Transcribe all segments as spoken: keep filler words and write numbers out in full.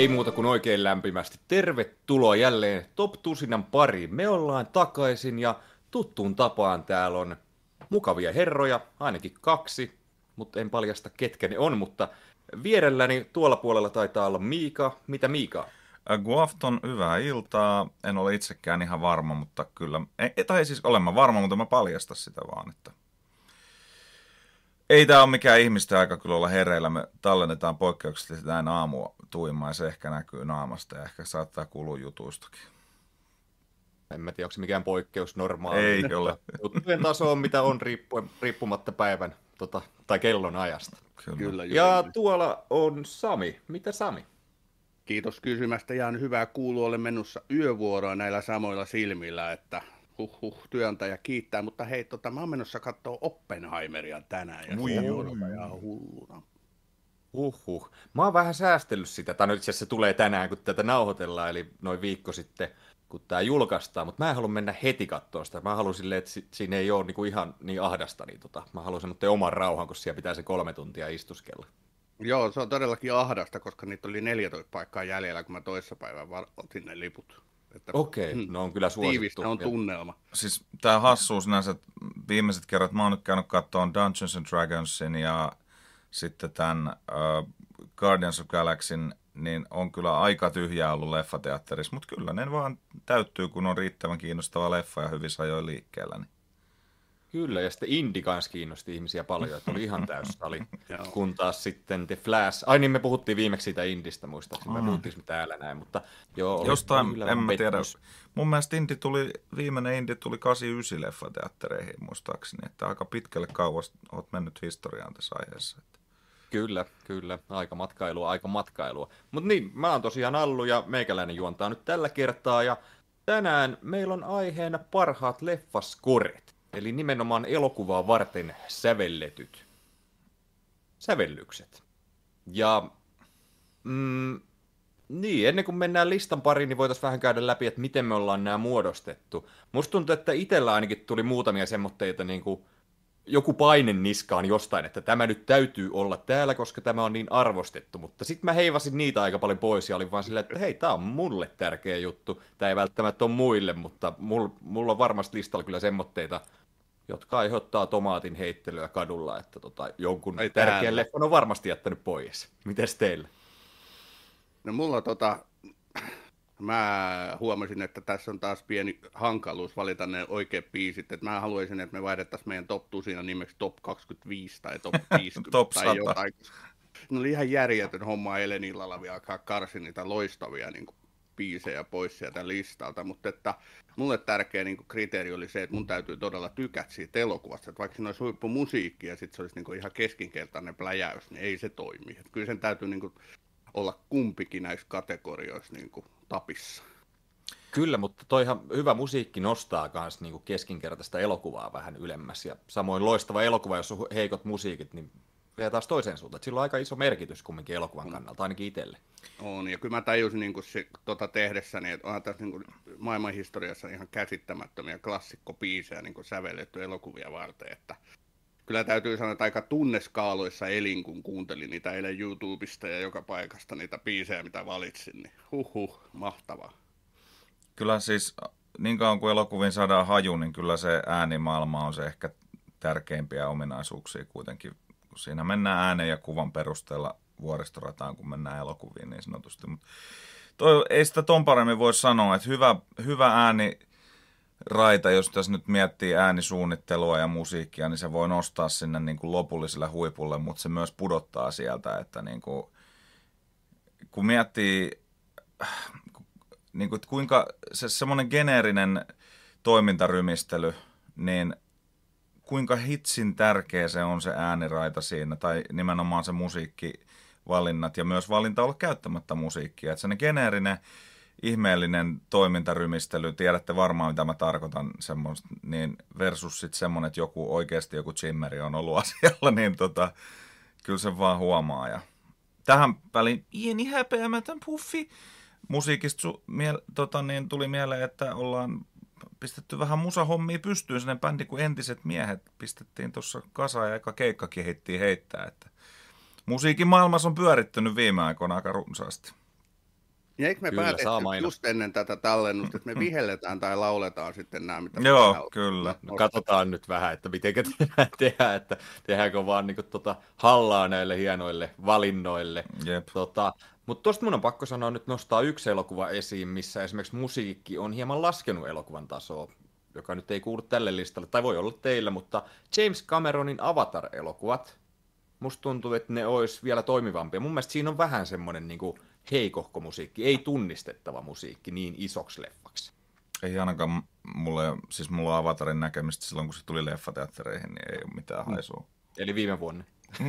Ei muuta kuin oikein lämpimästi. Tervetuloa jälleen Top Tusinan pariin. Me ollaan takaisin ja tuttuun tapaan täällä on mukavia herroja, ainakin kaksi, mutta en paljasta ketkä ne on, mutta vierelläni tuolla puolella taitaa olla Miika. Mitä Miika? Guafton, hyvää iltaa. En ole itsekään ihan varma, mutta kyllä, ei, tai siis olen mä varma, mutta mä paljastan sitä vaan, että ei tää ole mikään ihmisten aika kyllä olla hereillä. Me tallennetaan poikkeuksellisesti näin aamua tuimaan ja se ehkä näkyy naamasta ja ehkä saattaa kuulua jutuistakin. En mä tiedä, onko se mikään poikkeus normaali. Ei ole. Juttujen taso on mitä on riippuen, riippumatta päivän tota, tai kellon ajasta. Kyllä. Kyllä, Ja juuri. tuolla on Sami. Mitä Sami? Kiitos kysymästä. Ihan hyvää kuulua. Olen menossa yövuoroa näillä samoilla silmillä, että huh huh, työntäjä kiittää. Mutta hei, tota, mä oon menossa katsoa Oppenheimeria tänään ja Ui, sitä ui. odotan ihan hulluna. Huhhuh. Mä oon vähän säästellyt sitä, tai nyt itse asiassa se tulee tänään, kun tätä nauhoitellaan, eli noin viikko sitten, kun tää julkaistaan, mutta mä en halua mennä heti katsoa sitä. Mä haluan silleen, että si- siinä ei ole niinku ihan niin ahdasta, niin tota, mä haluan semmoinen oman rauhan, kun siellä pitää se kolme tuntia istuskella. Joo, se on todellakin ahdasta, koska niitä oli neljätoista paikkaa jäljellä, kun mä toissa päivän var- otin ne liput. Että Okei, mm, no on kyllä suosittu. tiivistä on tunnelma. Siis tää hassuus näissä, että viimeiset kerrat mä oon nyt käynyt katsomaan Dungeons and Dragonsin ja sitten tämän uh, Guardians of Galaxyn, niin on kyllä aika tyhjää ollut leffateatterissa, mutta kyllä ne vaan täyttyy, kun on riittävän kiinnostava leffa ja hyvissä ajoin liikkeellä. Niin. Kyllä, ja sitten Indie kanssa kiinnosti ihmisiä paljon, että oli ihan täyssali. Joo. Kun taas sitten The Flash, ai niin me puhuttiin viimeksi siitä Indistä muistaakseni, me puhuttiin me täällä näin, mutta joo. Oli, Jostain, oli kyllä en mä vähän tiedä. pettymys. Mun mielestä Indi tuli, viimeinen Indi tuli kahdeksankymmentäyhdeksän leffateattereihin muistaakseni, että aika pitkälle kauas oot mennyt historiaan tässä aiheessa. Että. Kyllä, kyllä. Aika matkailua, aika matkailua. Mutta niin, mä oon tosiaan Allu ja meikäläinen juontaa nyt tällä kertaa. Ja tänään meillä on aiheena parhaat leffaskoret. Eli nimenomaan elokuvaa varten sävelletyt sävellykset. Ja mm, niin, ennen kuin mennään listan pariin, niin voitaisiin vähän käydä läpi, että miten me ollaan nämä muodostettu. Musta tuntuu, että itsellä ainakin tuli muutamia semmoitteita niin kuin joku paine niskaan jostain, että tämä nyt täytyy olla täällä, koska tämä on niin arvostettu, mutta sitten mä heivasin niitä aika paljon pois ja olin vaan silleen, että hei, tämä on mulle tärkeä juttu, tämä ei välttämättä ole muille, mutta mulla mul on varmasti listalla kyllä semmoitteita, jotka aiheuttaa tomaatin heittelyä kadulla, että tota, jonkun Ei tärkeän täällä. leffan on varmasti jättänyt pois. Mites teillä? No mulla tota, mä huomasin, että tässä on taas pieni hankaluus valita ne oikeat biisit, että mä haluaisin, että me vaihdettaisiin meidän top tusina nimeksi top kaksikymmentäviisi tai top viisikymmentä Top tai sata. jotain. Ne oli ihan järjetön homma eilen illalla vielä alkaa karsin niitä loistavia niin kuin, biisejä pois sieltä listalta, mutta että mulle tärkeä niin kuin, kriteeri oli se, että mun täytyy todella tykätä siitä elokuvasta, että vaikka siinä olisi huippumusiikki ja sitten se olisi niin kuin, ihan keskinkertainen pläjäys, niin ei se toimi. Että kyllä sen täytyy niin kuin, olla kumpikin näissä kategorioissa niin kuin, tapissa. Kyllä, mutta toihan hyvä musiikki nostaa myös niinku keskinkertaista elokuvaa vähän ylemmäs. Ja samoin loistava elokuva, jos on heikot musiikit, niin vie taas toiseen suuntaan. Et sillä on aika iso merkitys kumminkin elokuvan kannalta, ainakin itselle. On, ja kyllä mä tajusin niin kuin, se, tota tehdessäni, että onhan tässä niin kuin, maailmanhistoriassa ihan käsittämättömiä klassikkobiisejä niin kuin sävelletty elokuvia varten, että kyllä täytyy sanoa, että aika tunneskaaloissa elin, kun kuuntelin niitä eilen YouTubesta ja joka paikasta niitä biisejä, mitä valitsin, niin huhhuh, mahtavaa. Kyllä siis niin kauan kuin elokuviin saadaan haju, niin kyllä se äänimaailma on se ehkä tärkeimpiä ominaisuuksia kuitenkin. Kun siinä mennään äänen ja kuvan perusteella vuoristorataan, kun mennään elokuviin niin sanotusti. Mutta toi, ei sitä ton paremmin voi sanoa, että hyvä, hyvä ääni raita, jos tässä nyt miettii äänisuunnittelua ja musiikkia, niin se voi nostaa sinne niin kuin lopulliselle huipulle, mutta se myös pudottaa sieltä, että niin kuin, kun miettii, niin kuin, että kuinka se semmoinen geneerinen toimintarymistely, niin kuinka hitsin tärkeä se on se ääniraita siinä, tai nimenomaan se musiikkivalinnat, ja myös valinta olla käyttämättä musiikkia, että se geneerinen ihmeellinen toimintarymistely, tiedätte varmaan mitä mä tarkoitan, semmoista, niin versus sitten semmoinen, että joku oikeasti joku Zimmeri on ollut asialla, niin tota, kyllä se vaan huomaa. Ja tähän väliin pieni häpeämätön puffi musiikista su, miel, tota, niin tuli mieleen, että ollaan pistetty vähän musahommia pystyyn, sellainen bändi kuin Entiset miehet pistettiin tuossa kasaan ja eka keikka kehittiin heittää, että musiikin maailmassa on pyörittynyt viime aikoina aika runsaasti. Ja eikö me Kyllä, päätetty saa mainostaa. just ennen tätä tallennusta, että me vihelletään tai lauletaan sitten nämä, mitä... Joo, me kyllä. No, katsotaan nyt vähän, että miten tehdään, tehdään, että tehdäänkö vaan niin kuin, tota, hallaa näille hienoille valinnoille. Jep. Tota, mutta tuosta mun on pakko sanoa nyt nostaa yksi elokuva esiin, missä esimerkiksi musiikki on hieman laskenut elokuvan tasoa, joka nyt ei kuulu tälle listalle, tai voi olla teillä, mutta James Cameronin Avatar-elokuvat, musta tuntuu, että ne olisi vielä toimivampia. Mun mielestä siinä on vähän semmoinen niin kuin heikohko musiikki, ei tunnistettava musiikki niin isoksi leffaksi. Ei ainakaan mulle, siis mulla on Avatarin näkemistä silloin, kun se tuli leffateattereihin, niin ei ole mitään haisua. Eli viime vuonna.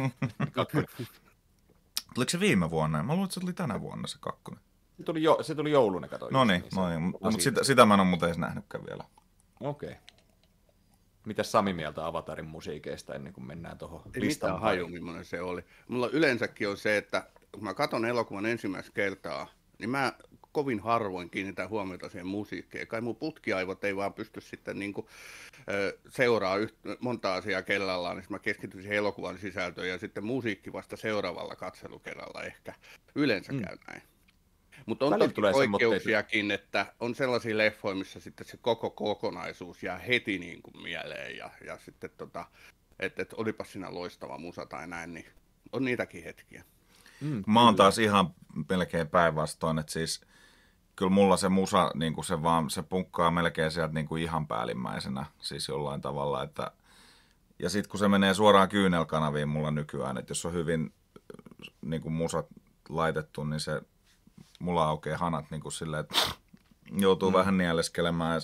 Tuliko se viime vuonna? Mä luulen, että se tuli tänä vuonna se kakkonen. Se tuli, jo, se tuli jouluna, katoin. No niin, no niin. Mutta sitä, sitä mä en ole muuten edes nähnytkään vielä. Okei. Okay. Mitäs Sami mieltä Avatarin musiikeista ennen kuin mennään tuohon Ei listan mitään pariin? haju, millainen se oli. Mulla yleensäkin on se, että kun mä katson elokuvan ensimmäistä kertaa, niin mä kovin harvoin kiinnitän huomiota siihen musiikkiin. Kai mun putkiaivot ei vaan pysty sitten niin kuin, ö, seuraa yht, monta asiaa kellallaan, niin mä keskityn siihen elokuvan sisältöön ja sitten musiikki vasta seuraavalla katselukerralla ehkä. Yleensä Mm. käy näin. Mutta on Välillä toki tulee poikkeuksiakin, että on sellaisia leffoja, missä sitten se koko kokonaisuus jää heti niin kuin mieleen ja, ja sitten tota, että et olipas siinä loistava musa tai näin, niin on niitäkin hetkiä. Mm, Mä oon kyllä. taas ihan melkein päinvastoin, että siis kyllä mulla se musa, niin kuin se vaan, se punkkaa melkein sieltä niin kuin ihan päällimmäisenä, siis jollain tavalla, että ja sitten kun se menee suoraan kyynelkanaviin mulla nykyään, että jos on hyvin niin kuin musat laitettu, niin se mulla aukeaa hanat niin kuin silleen, että joutuu mm. vähän nieleskelemään.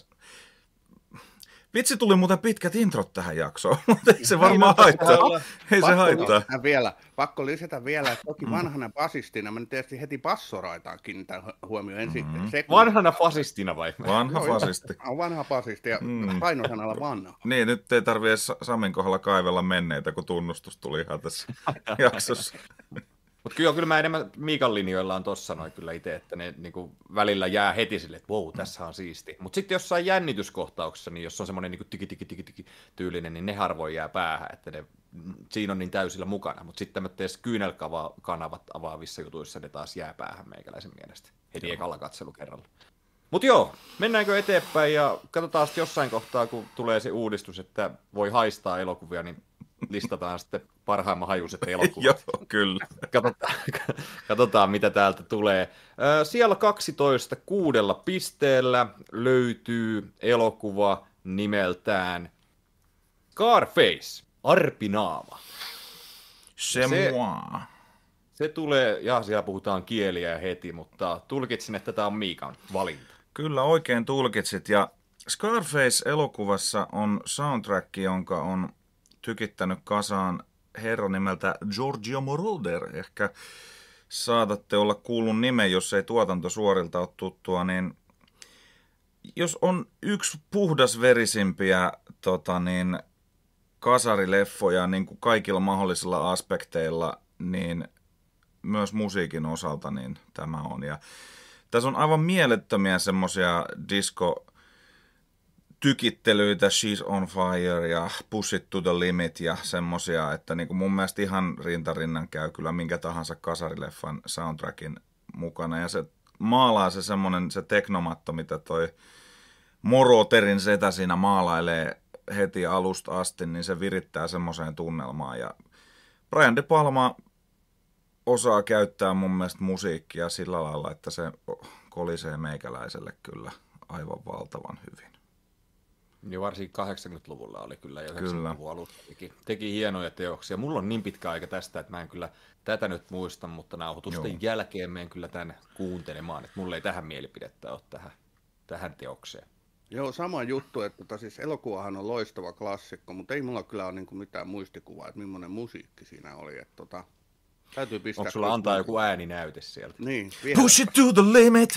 Vitsi, tuli muuten pitkät introt tähän jaksoon, mutta ei se varmaan haittaa. Ei se haittaa. Lisätä vielä, pakko lisätä vielä, että toki vanhana basistina, mä nyt tietysti heti bassoraitaan kiinnitän huomioon ensin. Mm-hmm. Vanhana fasistina vai? Vanha fasisti. On vanha basisti ja Mm. painosanalla vanha. Niin, nyt ei tarvitse edes Samin kohdalla kaivella menneitä, kun tunnustus tuli ihan tässä jaksossa. Mutta kyllä, kyllä mä enemmän Miikan linjoilla on tossa noin kyllä itse, että ne niinku välillä jää heti sille, että wow, tässä on siisti. Mutta sitten jossain jännityskohtauksessa, niin jos on semmoinen niinku tiki tiki tiki tiki tyylinen, niin ne harvoin jää päähän, että ne, siinä on niin täysillä mukana. Mutta sitten tämmöiset kyynelkanavat avaavissa jutuissa ne taas jää päähän meikäläisen mielestä heti joo. ekalla katselukerralla. Mutta joo, mennäänkö eteenpäin ja katsotaan sitten jossain kohtaa, kun tulee se uudistus, että voi haistaa elokuvia, niin listataan sitten parhaimman hajuiset elokuvat. Joo, kyllä. Katsotaan, katsotaan, mitä täältä tulee. Siellä kaksitoista kuudella pisteellä löytyy elokuva nimeltään Scarface, Arpinaama. Se, Se- mua. Se tulee, ja siellä puhutaan kieliä heti, mutta tulkitsin, että tämä on Miikan valinta. Kyllä, oikein tulkitsit. Ja Scarface-elokuvassa on soundtrack, jonka on tykittänyt kasaan herra nimeltä Giorgio Moroder. Ehkä saatatte olla kuullun nimen, jos ei tuotanto suorilta ole tuttua, niin jos on yksi puhdasverisimpiä tota niin, kasarileffoja niin kuin kaikilla mahdollisilla aspekteilla, niin myös musiikin osalta niin tämä on. Ja tässä on aivan mielettömiä semmoisia disco tykittelyitä, She's on Fire ja Push It to the Limit ja semmosia, että niinku mun mielestä ihan rintarinnan käy kyllä minkä tahansa kasarileffan soundtrackin mukana. Ja se maalaa se semmonen, se teknomatto, mitä toi Moroterin setä siinä maalailee heti alusta asti, niin se virittää semmoiseen tunnelmaan. Ja Brian De Palma osaa käyttää mun mielestä musiikkia sillä lailla, että se kolisee meikäläiselle kyllä aivan valtavan hyvin. Niin varsinkin kahdeksankymmentäluvulla oli kyllä ja Kyllä. yhdeksänkymmentäluvun alussa teki, teki hienoja teoksia. Mulla on niin pitkä aika tästä, että mä en kyllä tätä nyt muista, mutta nauhoitusten Joo. jälkeen menen kyllä tämän kuuntelemaan, että mulla ei tähän mielipidettä ole tähän, tähän teokseen. Joo, sama juttu, että tota, siis elokuvahan on loistava klassikko, mutta ei mulla kyllä ole niinku mitään muistikuvaa, että millainen musiikki siinä oli. Että, tota, täytyy pistää... Onko sulla antaa joku ääninäyte sieltä? Niin, vielä. Push it to the limit!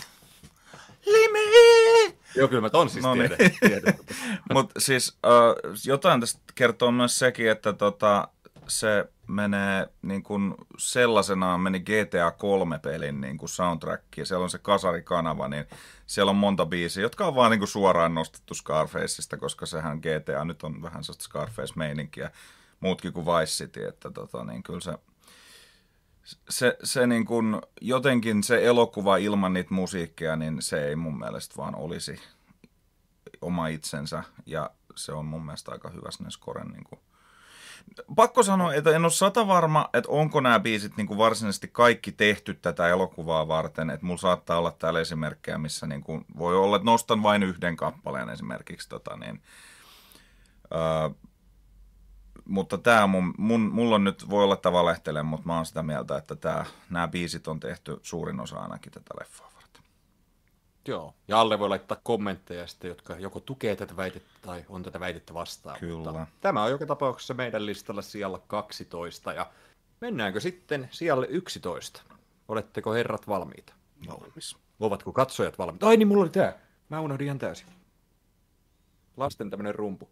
Limit! Joo, kyllä mä ton siis No niin. tiedän. tiedän. Mutta siis äh, jotain tästä kertoo myös sekin, että tota, se menee niin kuin sellaisenaan meni G T A kolme pelin niin kuin soundtrack, ja siellä on se kasarikanava, niin siellä on monta biisiä, jotka on vaan niin kuin suoraan nostettu Scarfaceista, koska sehän G T A nyt on vähän sellaista Scarface-meininkiä, muutkin kuin Vice City, että tota, niin kyllä se se, se niin kuin, jotenkin se elokuva ilman niitä musiikkeja, niin se ei mun mielestä vaan olisi oma itsensä, ja se on mun mielestä aika hyvä sinne scoren. Niin kuin. Pakko sanoa, että en ole sata varma, että onko nämä biisit niin kuin varsinaisesti kaikki tehty tätä elokuvaa varten, että mulla saattaa olla täällä esimerkkejä, missä niin kuin voi olla, että nostan vain yhden kappaleen esimerkiksi, tota, niin, öö, mutta tämä mun, mun, mulla on nyt, voi olla että valehtelen, mutta mä oon sitä mieltä, että tää, nämä biisit on tehty suurin osa ainakin tätä leffaa varten. Joo, ja alle voi laittaa kommentteja sitten, jotka joko tukee tätä väitettä tai on tätä väitettä vastaan. Kyllä. Mutta tämä on joka tapauksessa meidän listalla sijalla kaksitoista, ja mennäänkö sitten sijalle yksitoista? Oletteko herrat valmiita? Valmis. Ovatko katsojat valmiita? Ai niin, mulla oli tää. Mä unohdin ihan täysin. Lasten tämmönen rumpu.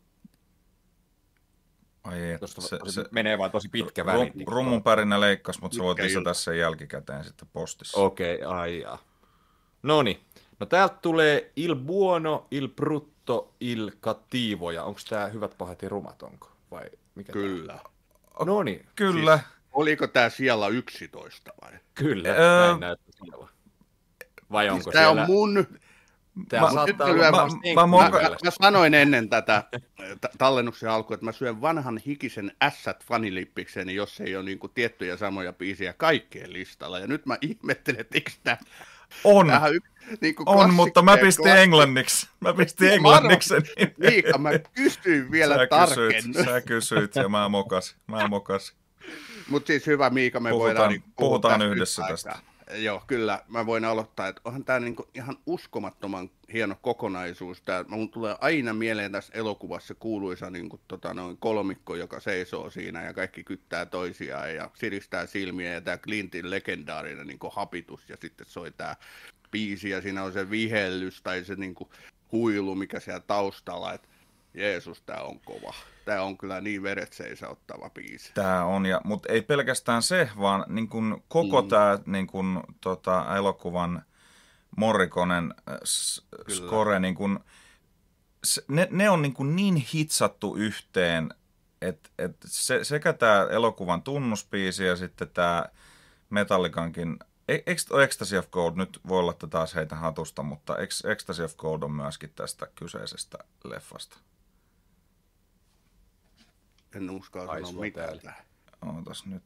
Ai et, Tuosta se, se menee vaan tosi pitkä väli. ru, rummun pärinä leikkasi, mutta sä voit Pitkä lisätä ilta. sen jälkikäteen sitten postissa. Okei, okay, ai jaa. Noniin. No täältä tulee il buono, il brutto, il cattivo. Ja onko tää hyvät, pahat ja rumat, onko? Vai mikä Kyllä. No niin, Kyllä. Siis, oliko tää siellä yksitoista vai? kyllä, Öö, näin näyttää siellä. Vai onko Tää siellä? on mun... Tää Mä- saattaa nyt olla mä- vasta mä- niin mä kuin moka- Mä, välillä. mä sanoin ennen tätä t- tallennuksen alkuun, että mä syön vanhan hikisen ässät fanilippikseni, jos ei ole niinku tiettyjä samoja biisiä kaikkeen listalla. Ja nyt mä ihmettelen, että eikö tää On, tähän y- niinku on, mutta mä klassikkojen pistin klassikko- englanniksi. Mä pistin Mä englanniksi. arvasin. Miika, mä kysyin vielä Sä kysyit, tarkennus. sä kysyit ja mä mokasin. Mä mokasin. Mutta siis hyvä Miika, me Puhutaan- voidaan niinku puhua puhutaan tästä yhdessä yhtä tästä. aikaa. Joo, kyllä. Mä voin aloittaa, että onhan tämä niinku ihan uskomattoman hieno kokonaisuus. Tää, mun tulee aina mieleen tässä elokuvassa kuuluisa niinku, tota, noin kolmikko, joka seisoo siinä ja kaikki kyttää toisiaan ja siristää silmiä ja tämä Clintin legendaarinen niinku, hapitus ja sitten soi tämä biisi ja siinä on se vihellys tai se niinku, huilu, mikä siellä taustalla, että Jeesus, tämä on kova. Tämä on kyllä niin veret seisauttava biisi. Tää on, ja, mutta ei pelkästään se, vaan niin kun koko Mm. tämä niin kun, tota, elokuvan Morriconen äh, s- Kyllä. score, niin kun, se, ne, ne on niin, kun niin hitsattu yhteen, että et se, sekä tämä elokuvan tunnusbiisi ja sitten tämä Metallicankin, e- eikö Ecstasy of Gold, nyt voi olla, että taas heitä hatusta, mutta eikö Ecstasy of Gold on myöskin tästä kyseisestä leffasta? En uskalla Ai, sanoa sulla mitään täällä. tähän. Ootas nyt.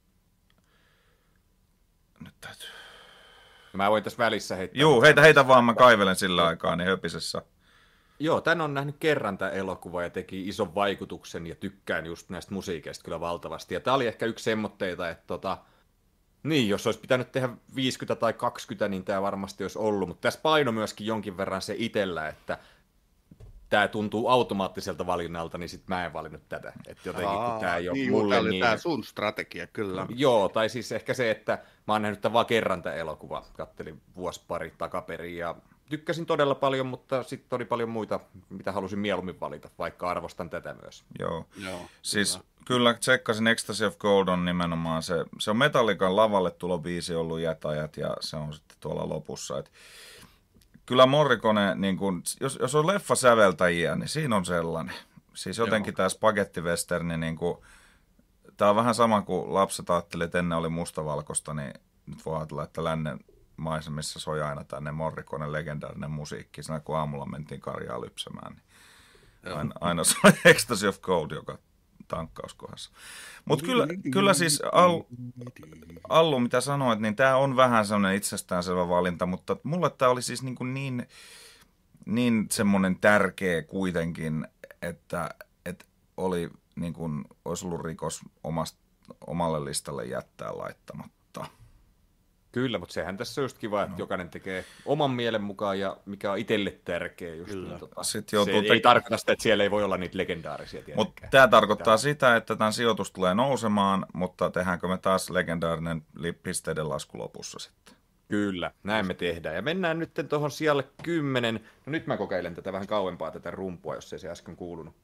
Nyt täytyy. Mä voin tässä välissä heittää. Juu, heitä, heitä vaan, mä kaivelen sillä aikaa, niin höpisessä. Joo, tän on nähnyt kerran tämä elokuva ja teki ison vaikutuksen ja tykkään just näistä musiikeista kyllä valtavasti. Ja tää oli ehkä yksi semmoitteita, että tota, niin, jos olisi pitänyt tehdä viisikymmentä tai kaksikymmentä, niin tämä varmasti olisi ollut. Mutta tässä paino myöskin jonkin verran se itsellä, että tämä tuntuu automaattiselta valinnalta, niin sitten mä en valinnut tätä. Että jotenkin kun tämä ei ole niin, mulle tämä oli niin... tämä sun strategia, kyllä. Joo, tai siis ehkä se, että mä oon nähnyt tämän vaan kerran tämä elokuva. Kattelin vuosi pari takaperin ja tykkäsin todella paljon, mutta sitten oli paljon muita, mitä halusin mieluummin valita, vaikka arvostan tätä myös. Joo. Joo, Siis kyllä tsekkasin Ecstasy of Gold on nimenomaan se, se on Metallican lavalle tulobiisi ollut jätäjät ja se on sitten tuolla lopussa. Et kyllä Morricone, niin kun, jos, jos on leffasäveltäjiä, niin siinä on sellainen. Siis jotenkin tämä spagettiwesterni, niin tämä on vähän sama kuin lapset ajattelivat, että ennen oli mustavalkoista, niin nyt voi ajatella, että lännen maisemissa soi aina tänne Morricone legendaarinen musiikki. Siinä kun aamulla mentiin karjaa lypsämään, niin aina, aina soi Ecstasy of Gold joka tankkauskohdassa. Mutta kyllä, kyllä siis Al, Allu, mitä sanoit, niin tämä on vähän semmoinen itsestäänselvä valinta, mutta mulle tämä oli siis niin, kuin niin, niin semmoinen tärkeä kuitenkin, että, että oli niin kuin, olisi ollut rikos omast, omalle listalle jättää laittamatta. Kyllä, mutta sehän tässä on just kiva, että no. jokainen tekee oman mielen mukaan ja mikä on itselle tärkeä. Just, niin, tota, Sitten se joutuu ei te- tarkoita sitä, että siellä ei voi olla niitä legendaarisia tietenkään. Mutta tämä tarkoittaa sitä, että tämän sijoitus tulee nousemaan, mutta tehdäänkö me taas legendaarinen li- pisteiden lasku lopussa sitten? Kyllä, näin me tehdään. Ja mennään nyt tuohon sijalle kymmenen. No nyt mä kokeilen tätä vähän kauempaa, tätä rumpua, jos ei se äsken kuulunut.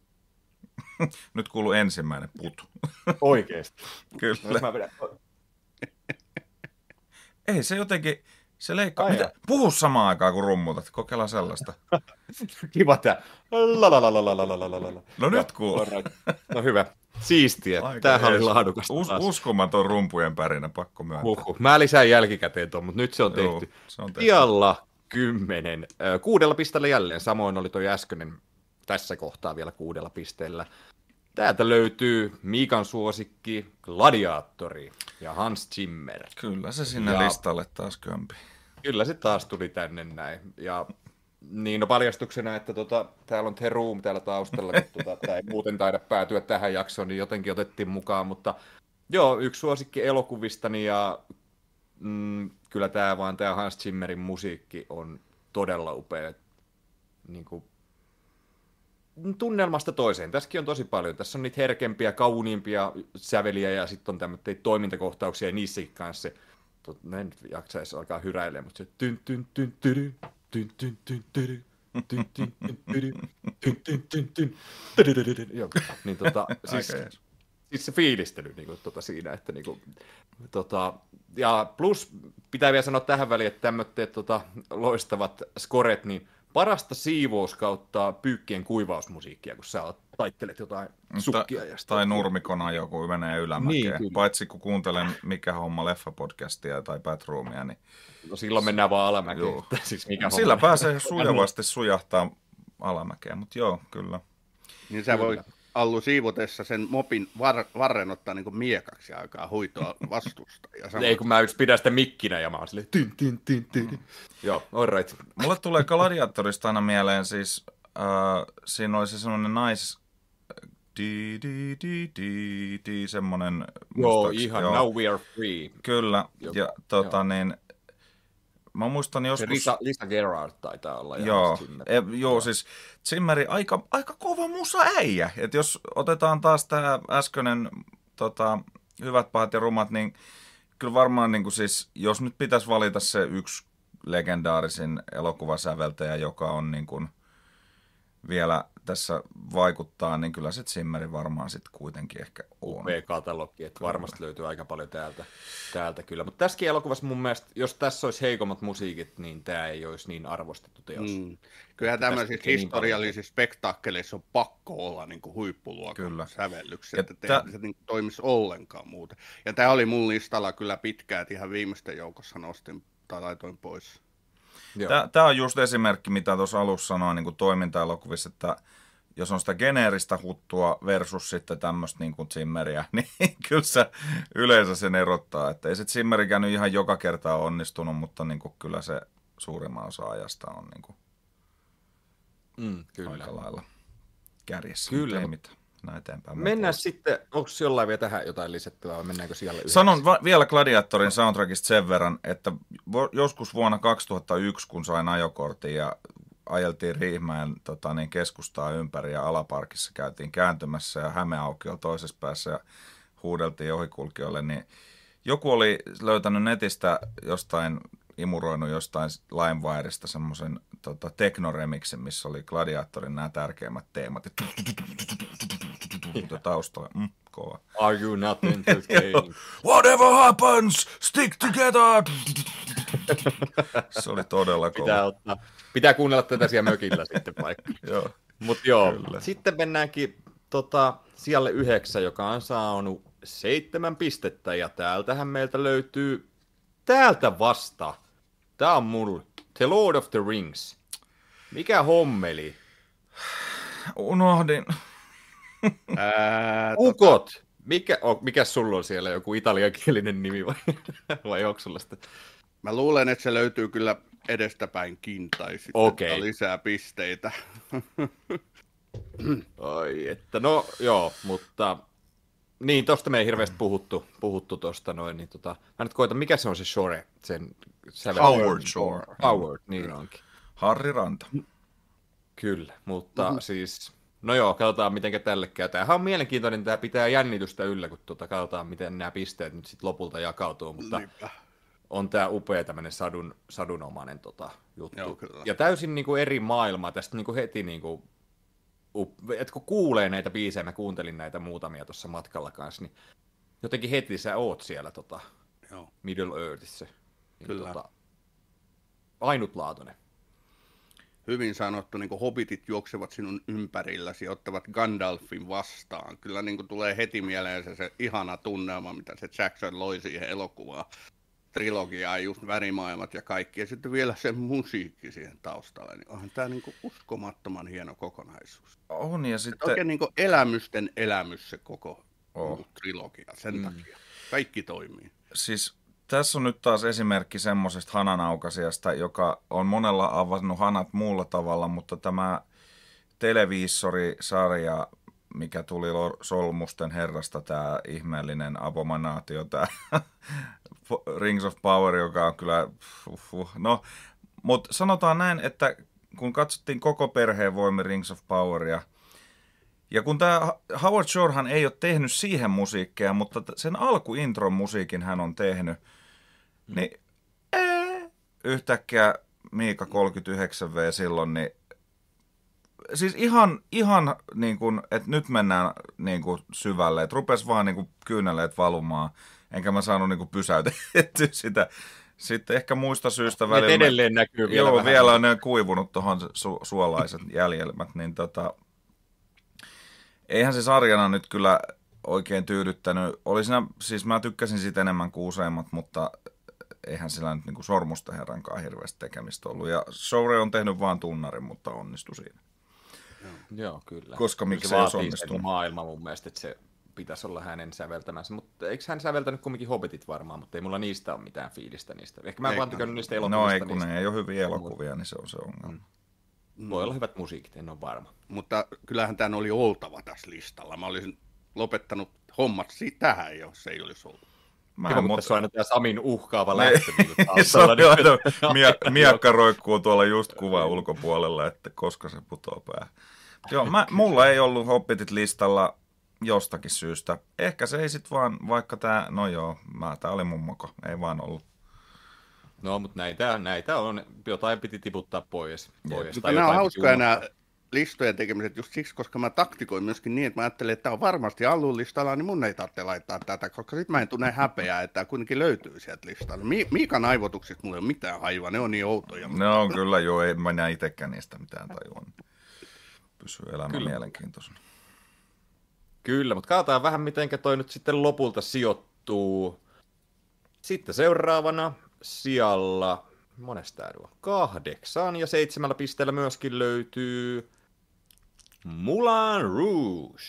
Nyt kuuluu ensimmäinen putu. Oikeesti. Kyllä. No, mä vedän. Ei se jotenkin, se leikkaa. Ai Mitä? jaa. Puhu samaan aikaan kun rummutat. Kokeillaan sellaista. Kiva tää. Lalalalalalalalala. No nyt kuuluu. No hyvä. Siistiä. Aika Tämähän oli jees. laadukasta. Us, uskomaton rumpujen pärinä, pakko myöntää. Huhhuh. Mä lisään jälkikäteen tuon, mutta nyt se on Joo, tehty. se on tehty. Sijalla kymmenen. Kuudella pisteellä jälleen. Samoin oli toi äskeinen tässä kohtaa vielä kuudella pisteellä. Täältä löytyy Miikan suosikki Gladiatori ja Hans Zimmer. Kyllä se sinne Ja- listalle taas kömpi. Kyllä se taas tuli tänne näin. Ja niin, no paljastuksena, että tota, täällä on The Room täällä taustalla, kun tota, tämä ei muuten taida päätyä tähän jaksoon, niin jotenkin otettiin mukaan, mutta joo, yksi suosikki elokuvistani ja mm, kyllä tämä vaan tämä Hans Zimmerin musiikki on todella upea. Niin kuin, tunnelmasta toiseen. Tässäkin on tosi paljon. Tässä on niitä herkempiä, kauniimpia säveliä ja sitten on tämmöitä toimintakohtauksia ja niissäkin kanssa. Tot, mä en nyt jaksaisi alkaa hyräilemään, mutta se tyn tyn tyn tyry, tyn tyn tyn tyry, tyn tyn tyn tyry, tyn tyn tyn tyn, tyryryryry. Joo, niin tota, siis, Aika jees. siis se fiilistely niin kuin, tota, siinä, että niin kuin, tota, ja plus pitää vielä sanoa tähän väliin, että tämmöiset tota, loistavat scoret, niin parasta siivous kautta pyykkien kuivausmusiikkia, kun sä taittelet jotain sukkia. Ja Tai nurmikona joku menee ylämäkeen. Niin, kyllä. Paitsi kun kuuntelen Mikä homma leffapodcastia tai Batroomia, niin No silloin mennään vaan alamäkeen. Joo. Että Siis mikä sillä homma. pääsee sujuvasti sujahtaa alamäkeen. Mutta joo, kyllä. Niin sä voi Allu siivotessa sen mopin var, varren ottaa niin kuin miekaksi ja alkaa huitoa vastusta. Ja Ei kun mä just pidän sitä mikkinä ja mä oon silleen tyn tyn tyn tyn. Joo, all right. Mulle tulee Gladiatorista aina mieleen siis, äh, siinä oli se semmoinen nais... Di, di, di, di, di, semmoinen... Joo, muistaakseni- ihan joo. Now We Are Free. Kyllä, Joka- ja tota joo. niin... Mä muistan Se joskus... Lisa, Lisa Gerard taitaa olla. ja Joo, Zimmer. e, joo, siis Zimmeri aika, aika kova musa äijä. Et jos otetaan taas tämä äskeinen tota, Hyvät, pahat ja rumat, niin kyllä varmaan niin kuin siis, jos nyt pitäisi valita se yksi legendaarisin elokuvasäveltäjä, joka on niin kuin vielä tässä vaikuttaa, niin kyllä se Zimmeri varmaan sitten kuitenkin ehkä on. Upea katalogi, että varmasti löytyy aika paljon täältä, täältä kyllä. Mutta tässäkin elokuvassa mun mielestä, jos tässä olisi heikommat musiikit, niin tämä ei olisi niin arvostettu teos. Mm. Kyllähän Tästä tämmöisissä tekee niin historiallisissa spektaakkeleissa on pakko olla niin kuin huippuluokan Kyllä. sävellykset, Ja että tä- ei se niin kuin toimisi ollenkaan muuta. Ja tämä oli mun listalla kyllä pitkään, että ihan viimeisten joukossa nostin tai laitoin pois. Joo. Tämä on just esimerkki, mitä tuossa alussa sanoin niin kuin toiminta-elokuvissa, että jos on sitä geneeristä huttua versus sitten tämmöistä niin kuin Zimmeriä, niin kyllä se yleensä sen erottaa. Että ei se Zimmerikään nyt ihan joka kerta ole onnistunut, mutta niin kuin kyllä se suurimman osa ajasta on niin kuin Mm, kyllä. aika lailla kärjessä. Kyllä, Mutta ei mut- mitään. Näin eteenpäin. Mennään sitten, onko jollain vielä tähän jotain lisättävää vai mennäänkö siellä yhdessä? Sanon va- vielä Gladiatorin soundtrackista sen verran, että vo- joskus vuonna kaksituhattayksi, kun sain ajokortin ja ajeltiin Riihimäen tota, niin keskustaa ympäri ja Alaparkissa käytiin kääntymässä ja Hämeaukiolla toisessa päässä ja huudeltiin ohikulkijoille, niin joku oli löytänyt netistä jostain, imuroinut jostain LimeWiresta semmoisen tota, teknoremixin, missä oli Gladiatorin nämä tärkeimmät teemat ja taustalla. Mm, kova. Are you not entertaining? Whatever happens, stick together! Se oli todella kova. pitää, ottaa, pitää kuunnella tätä siellä mökillä sitten vaikka. Joo. Mutta joo, Kyllä. sitten mennäänkin tota, sijalle yhdeksän, joka on saanut seitsemän pistettä, ja täältähän meiltä löytyy täältä vasta. Tää on mulla The Lord of the Rings. Mikä hommeli? Unohdin. Ää, tota, Ukot! Mikä, oh, mikä sulla on siellä, joku italiankielinen nimi vai, vai onko sulla sitä? mä luulen, että se löytyy kyllä edestäpäinkin, tai sitten Okei. okay. lisää pisteitä. Ai että, no joo, mutta niin, tosta me ei hirveästi puhuttu, puhuttu tosta noin, niin tota, mä nyt koitan, mikä se on se Shore, sen sävel... Howard Shore. Howard, niin onkin. Harri Ranta. Kyllä, mutta mm-hmm. siis, no joo, katsotaan miten tälle käy. Tämähän on mielenkiintoinen, tämä pitää jännitystä yllä, kun tuota, katsotaan miten nämä pisteet nyt sitten lopulta jakautuu, mutta Niinpä. on tämä upea tämmöinen sadun, sadunomainen tota, juttu. Joo, kyllä. Ja täysin niin kuin eri maailmaa, tästä niin kuin heti, niin kuin, että kun kuulee näitä biisejä, mä kuuntelin näitä muutamia tuossa matkalla kanssa, niin jotenkin heti sä oot siellä tota, Joo. Middle Earthissä. Niin, Kyllä. Tota, ainutlaatuinen. hyvin sanottu, niin kuin hobbitit juoksevat sinun ympärilläsi ja ottavat Gandalfin vastaan. Kyllä niin kuin tulee heti mieleen se, se ihana tunnelma, mitä se Jackson loi siihen elokuvaan. Trilogiaa, just värimaailmat ja kaikki, ja sitten vielä se musiikki siihen taustalle, niin onhan tämä niinku uskomattoman hieno kokonaisuus. On, ja sitten... Oikein niinku elämysten elämys se koko oh. trilogia, sen mm. takia. Kaikki toimii. Siis tässä on nyt taas esimerkki semmoisesta hananaukaisijasta, joka on monella avannut hanat muulla tavalla, mutta tämä televiisorisarja, mikä tuli Solmusten herrasta, tämä ihmeellinen abominaatio, tämä Rings of Power, joka on kyllä... Uh, uh, no, mutta sanotaan näin, että kun katsottiin koko perheen voimin Rings of Poweria, ja kun tämä Howard Shorehan ei ole tehnyt siihen musiikkia, mutta sen alkuintron musiikin hän on tehnyt, mm. niin ee, yhtäkkiä Miika kolmekymmentäyhdeksän V silloin, niin siis ihan, ihan niin kuin, että nyt mennään niin kuin syvälle, että rupesi vaan niin kuin kyyneleet valumaan, enkä mä saanut niin kuin pysäytettyä sitä. Sitten ehkä muista syystä välillä... edelleen näkyy vielä Joo, vähän. vielä on ne kuivunut tuohon su- suolaiset jäljelmät, niin tota... Eihän se sarjana nyt kyllä oikein tyydyttänyt. Oli siinä, siis mä tykkäsin siitä enemmän kuin useimmat, mutta eihän sillä nyt niin kuin Sormusten herrankaan hirveästi tekemistä ollut. Ja Shore on tehnyt vaan tunnarin, mutta onnistui siinä. Joo, kyllä. Koska kyllä miksi se ei vaatii onnistunut? Maailma mun mielestä, että se pitäisi olla hänen säveltämänsä. Mutta eikö hän säveltänyt kumminkin Hobbitit varmaan, mutta ei mulla niistä ole mitään fiilistä niistä. Ehkä mä en vaan tykännyt niistä elokuvista. No ei, kun niistä. ne ei ole hyviä elokuvia, niin se on se ongelma. Mm. Voi olla hyvät musiikit, en ole varma. Mutta kyllähän tämän oli oltava tässä listalla. Mä olisin lopettanut hommat siitä tähän, jos ei olisi ollut. Mä en, mutta se on aina tämä Samin uhkaava ne, lähtö. se on aina, mie, miekka roikkuu tuolla just kuvan ulkopuolella, että koska se putoo päähän. Joo, mä, mulla ei ollut Hobbitit listalla jostakin syystä. Ehkä se ei sit vaan, vaikka tää, no joo, mä, tää oli mun moka, ei vaan ollut. No, mutta näitä, näitä on, jotain piti tiputtaa pois. pois. Mutta nämä on hauskaa nämä listojen tekemiset just siksi, koska mä taktikoin myöskin niin, että mä ajattelin, että tämä on varmasti Allun listalla, niin mun ei tarvitse laittaa tätä, koska sitten mä en tunne häpeää, että tämä kuitenkin löytyy sieltä listalta. Mi- Miikan aivotuksista mulla ei ole mitään haivaa, ne on niin outoja. Ne on kyllä joo, ei mä näe itsekään niistä mitään tajua. Pysyy elämä kyllä. Mielenkiintoisena. Kyllä, mutta katsotaan vähän, miten toi nyt sitten lopulta sijoittuu. Sitten seuraavana sijalla, monesta tää on? Kahdeksan ja seitsemällä pisteellä myöskin löytyy Moulin Rouge.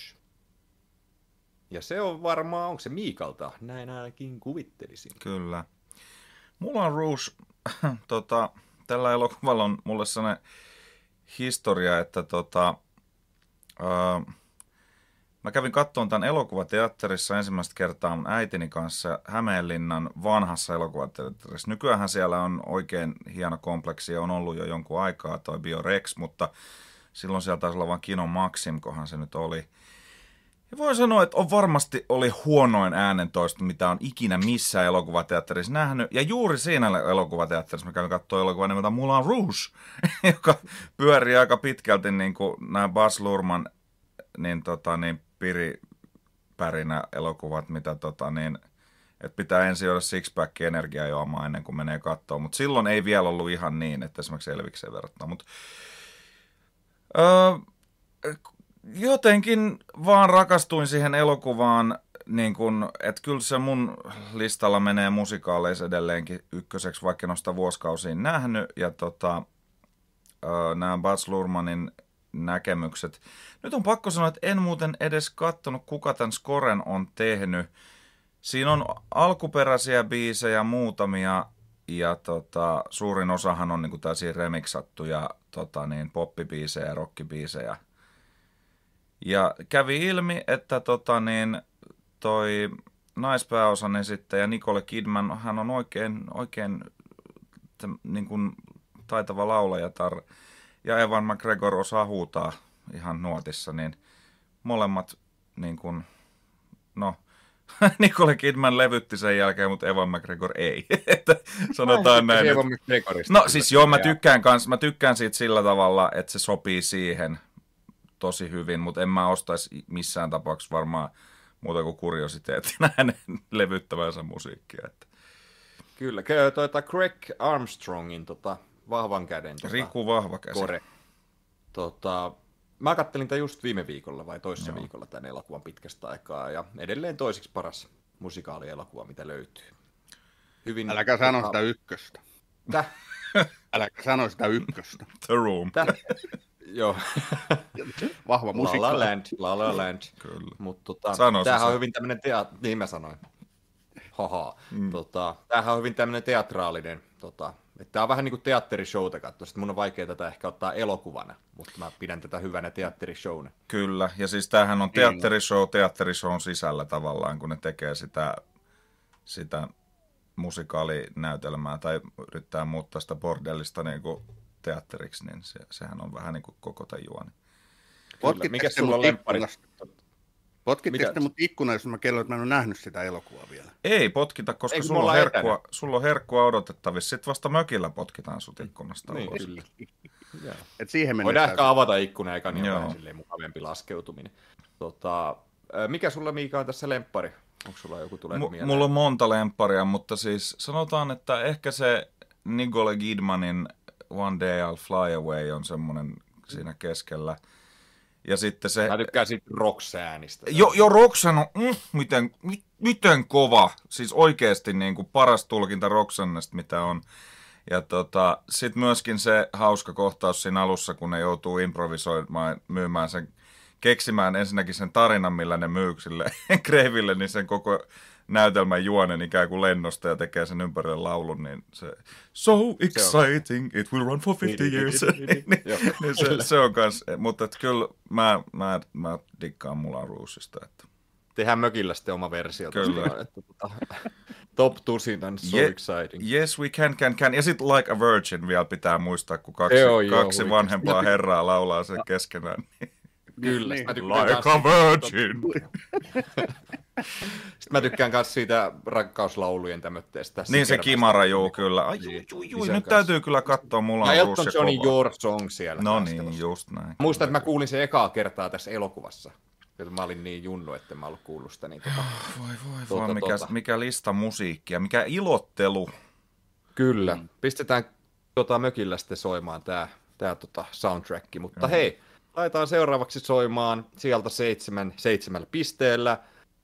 Ja se on varmaan, onko se Miikalta? Näin ainakin kuvittelisin. Kyllä. Moulin Rouge, tota, tällä elokuvalla on mulle sellainen historia, että tota, uh, mä kävin katsomaan tämän elokuvateatterissa ensimmäistä kertaa mun äitini kanssa Hämeenlinnan vanhassa elokuvateatterissa. Nykyäänhän siellä on oikein hieno kompleksi ja on ollut jo jonkun aikaa toi Biorex, mutta silloin siellä taisi olla vain Kino Maxim, kohan se nyt oli. Ja voin sanoa, että on varmasti oli huonoin äänentoisto, mitä on ikinä missään elokuvateatterissa nähnyt. Ja juuri siinä elokuvateatterissa mä kävin katsoa elokuvan nimeltä Moulin Rouge, joka pyörii aika pitkälti niin kuin nämä Baz Luhrmann niin, tota, niin piripärinä elokuvat, mitä tota, niin, että pitää ensin juoda six-pack energiajuomaa ennen kuin menee katsoa. Mutta silloin ei vielä ollut ihan niin, että esimerkiksi Elvikseen verrattuna. Mut, öö, jotenkin vaan rakastuin siihen elokuvaan, niin kun, että kyllä se mun listalla menee musikaaleissa edelleenkin ykköseksi, vaikka en ole sitä vuosikausiin nähnyt. Ja tota, öö, nämä Baz Luhrmannin näkemykset. Nyt on pakko sanoa, että en muuten edes katsonut, kuka tämän scoren on tehnyt. Siinä on alkuperäisiä biisejä muutamia, ja tota, suurin osahan on niinku täysin remiksattuja tota, niin, poppibiisejä ja rockibiisejä. Ja kävi ilmi, että tota, niin, toi naispääosan esittäjä Nicole Kidman, hän on oikein, oikein t- niin kuin taitava laulajatar, ja Ewan McGregor osaa huutaa ihan nuotissa, niin molemmat, niin kuin, no, Nicole Kidman levytti sen jälkeen, mutta Ewan McGregor ei. Että sanotaan näin. No siis joo, mä tykkään, kans, mä tykkään siitä sillä tavalla, että se sopii siihen tosi hyvin, mutta en mä ostaisi missään tapauksessa varmaan muuta kuin kuriositeettina hänen levyttävänsä musiikkia. Että. Kyllä, tuota Craig Armstrongin tota, vahvan käden. Tota, Riku vahva käsi. Kore. Tota, mä kattelin tämän just viime viikolla vai toisessa Joo. viikolla tämän elokuvan pitkästä aikaa, ja edelleen toiseksi paras musikaalielokuva, mitä löytyy. Hyvin, Äläkä sano sitä ykköstä. Täh? Äläkä sano sitä ykköstä. The Room. Täh? Joo. Vahva La musiikka. La Land, La La Land. Kyllä. Mut tota, Sano se tämähän on se. hyvin tämmönen tea... Niin mä sanoin. Haha. Mm. Tota, tämähän on hyvin tämmönen teatraalinen, tota, että tää on vähän niinku teatterishowta katsoa. Sitten mun on vaikea tätä ehkä ottaa elokuvana, mutta mä pidän tätä hyvänä teatterishowna. Kyllä, ja siis tämähän on teatterishow teatterishown sisällä tavallaan, kun ne tekee sitä, sitä musikaalinäytelmää tai yrittää muuttaa sitä bordellista niin kuin teatteriksi, niin se, sehän on vähän niin kuin koko tämän juoni. Potkitteko Mikä te sulla on mut lemppari? ikkunasta? Potkitteko Mikä? te mut ikkunaan, jos mä kelloin, että mä en ole nähnyt sitä elokuvaa vielä? Ei potkita, koska Ei, kun me sulla on, ollaan herkkua, sulla on herkkua odotettavissa. Sitten vasta mökillä potkitaan sut ikkunasta Niin, ulos. kyllä. Joo. Et siihen mennessä... Voidaan ehkä avata ikkuna eka, niin on Joo. vähän silleen mukavempi laskeutuminen. Tota, ä, mikä sulla, Miika, on tässä lemppari? Onko sulla joku tulee M- mieleen? mulla on monta lempparia, mutta siis sanotaan, että ehkä se Nicole Kidmanin One Day I'll Fly Away on semmoinen siinä keskellä. Ja sitten se... Mä tykkään siitä Rox-äänistä. Jo, jo Roxanne on, mm, miten, mi, miten kova. Siis oikeasti niin kuin paras tulkinta Roxannesta, mitä on. Ja tota, sitten myöskin se hauska kohtaus siinä alussa, kun ne joutuu improvisoimaan, myymään sen, keksimään ensinnäkin sen tarinan, millä ne myy sille Kreiville, niin sen koko näytelmän juonen ikään kuin lennosta ja tekee sen ympärille laulun, niin se so exciting, it will run for fifty years. niin se, se on kans, mutta et kyllä mä, mä, mä dikkaan Moulin Rougeista. Että. Tehdään mökillä sitten oma versio. Kyllä. Tosiaan, että, tota, top tusinan, so Ye- exciting. Yes, we can, can, can. Ja sitten Like a Virgin vielä pitää muistaa, kun kaksi, Joo, joo, kaksi oikeasti. vanhempaa herraa laulaa sen keskenään. Kyllä. Niin. Mä tykkään Like kans- a Virgin. Sitten mä tykkään myös siitä rakkauslaulujen tämmötteestä. Niin se sikermästä. Kimara, juu, kyllä. Ai, juu, Niin, juu, niin juu, se on nyt kans- täytyy kyllä katsoa Moulin Ja Rouge Elton ja Johnin kovaa. Your Song siellä. No taas niin, telossa. just näin. Muistan, että mä kuulin sen ekaa kertaa tässä elokuvassa. Mä olin niin junnu, että mä ollut kuullut sitä. Niin tota, Voi, voi, Tota, voi, mikä, tota. mikä lista musiikkia, mikä ilottelu. Kyllä. Mm. Pistetään tota mökillä sitten soimaan tää, tää tota soundtrack. Mutta Joo. hei, laitetaan seuraavaksi soimaan sieltä seitsemän, seitsemällä pisteellä.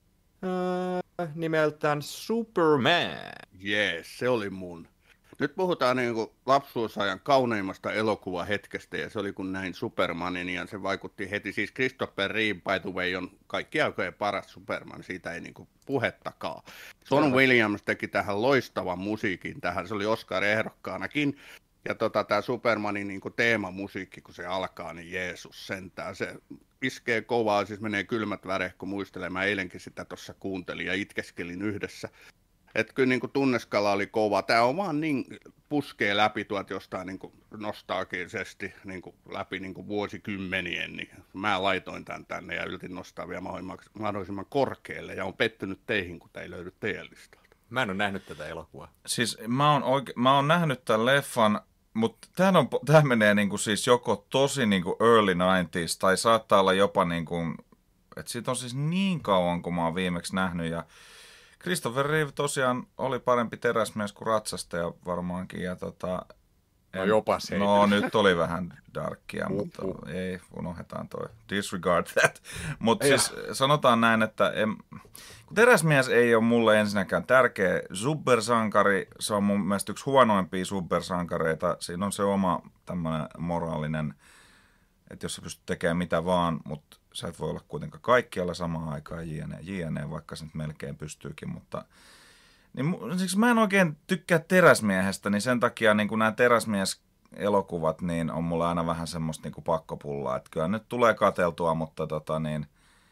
Öö, nimeltään Superman. Jees, se oli mun. Nyt puhutaan niin kuin lapsuusajan kauneimmasta elokuvahetkestä, ja se oli kun näin Supermanin, ja se vaikutti heti. Siis Christopher Reeve, by the way, on kaikki aikojen paras Superman, siitä ei niin kuin puhettakaan. Son Williams teki tähän loistavan musiikin tähän, se oli Oscar-ehdokkaanakin. Ja tota, tämä Supermanin niin kuin teemamusiikki, kun se alkaa, niin Jeesus sentään, se iskee kovaa, siis menee kylmät väreet, kun muistelen. Mä eilenkin sitä tuossa kuuntelin ja itkeskelin yhdessä. Että kyllä niin kuin tunneskala oli kova. Tämä on vaan niin, puskee läpi tuolta jostain niin kuin nostalgisesti niin kuin läpi niin kuin vuosikymmenien. Niin mä laitoin tämän tänne ja yritin nostaa vielä mahdollisimman korkealle. Ja on pettynyt teihin, kun tämä ei löydy teidän listalta. Mä en ole nähnyt tätä elokuvaa. Siis mä oon, oike- mä oon nähnyt tämän leffan, mutta tämä on, tää menee niinku siis joko tosi niinku early nineties tai saattaa olla jopa niinku, että siitä on siis niin kauan, kun mä oon viimeksi nähnyt. Ja Christopher Reeve tosiaan oli parempi teräsmies kuin ratsastaja varmaankin. Ja tota, No jopa se. No nyt oli vähän darkia, mutta ei, unohdetaan toi. Disregard that. Mutta siis sanotaan näin, että en, kun teräsmies ei ole mulle ensinnäkään tärkeä supersankari, se on mun mielestä yksi huonoimpia supersankareita. Siinä on se oma tämmöinen moraalinen, että jos sä pystyt tekemään mitä vaan, mutta sä et voi olla kuitenkaan kaikkialla samaan aikaan jne, jne, vaikka se nyt melkein pystyykin, mutta niin, siksi mä en oikein tykkää teräsmiehestä, niin sen takia niin nämä teräsmies-elokuvat niin on mulla aina vähän semmoista niin pakkopullaa. Että kyllä nyt tulee katseltua, mutta tota, niin,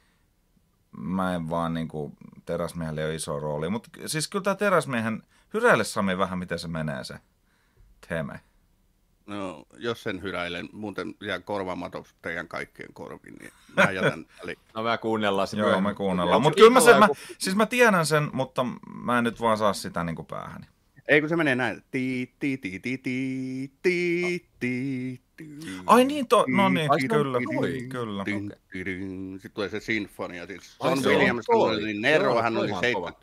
mä en vaan niin kuin, teräsmiehellä ei ole iso rooli. Mutta siis kyllä tämä teräsmiehen, hyräile Sami vähän, miten se menee se teeme. No, jos sen hyräilen, muuten jää korvamatos teidän kaikkien korviin, niin mä jätän väliin. No mä kuunnellaan se Joo, myöhemmin. me kuunnellaan. Onko Mutta kyllä mä, sen, mä, joku- siis mä tiedän sen, mutta mä en nyt vaan saa sitä niin kuin päähäni. Ei kun se menee näin. Ti, ti, ti, ti, ti, ti, ti, ti. Ai niin, to, no niin, Ai, se on kyllä, toi. kyllä. Tin, tirin. Sitten tulee se sinfonia. Siis Ai, Son se on Williams toi. oli niin nero, Joo, hän toi oli on seitsemänkymmentä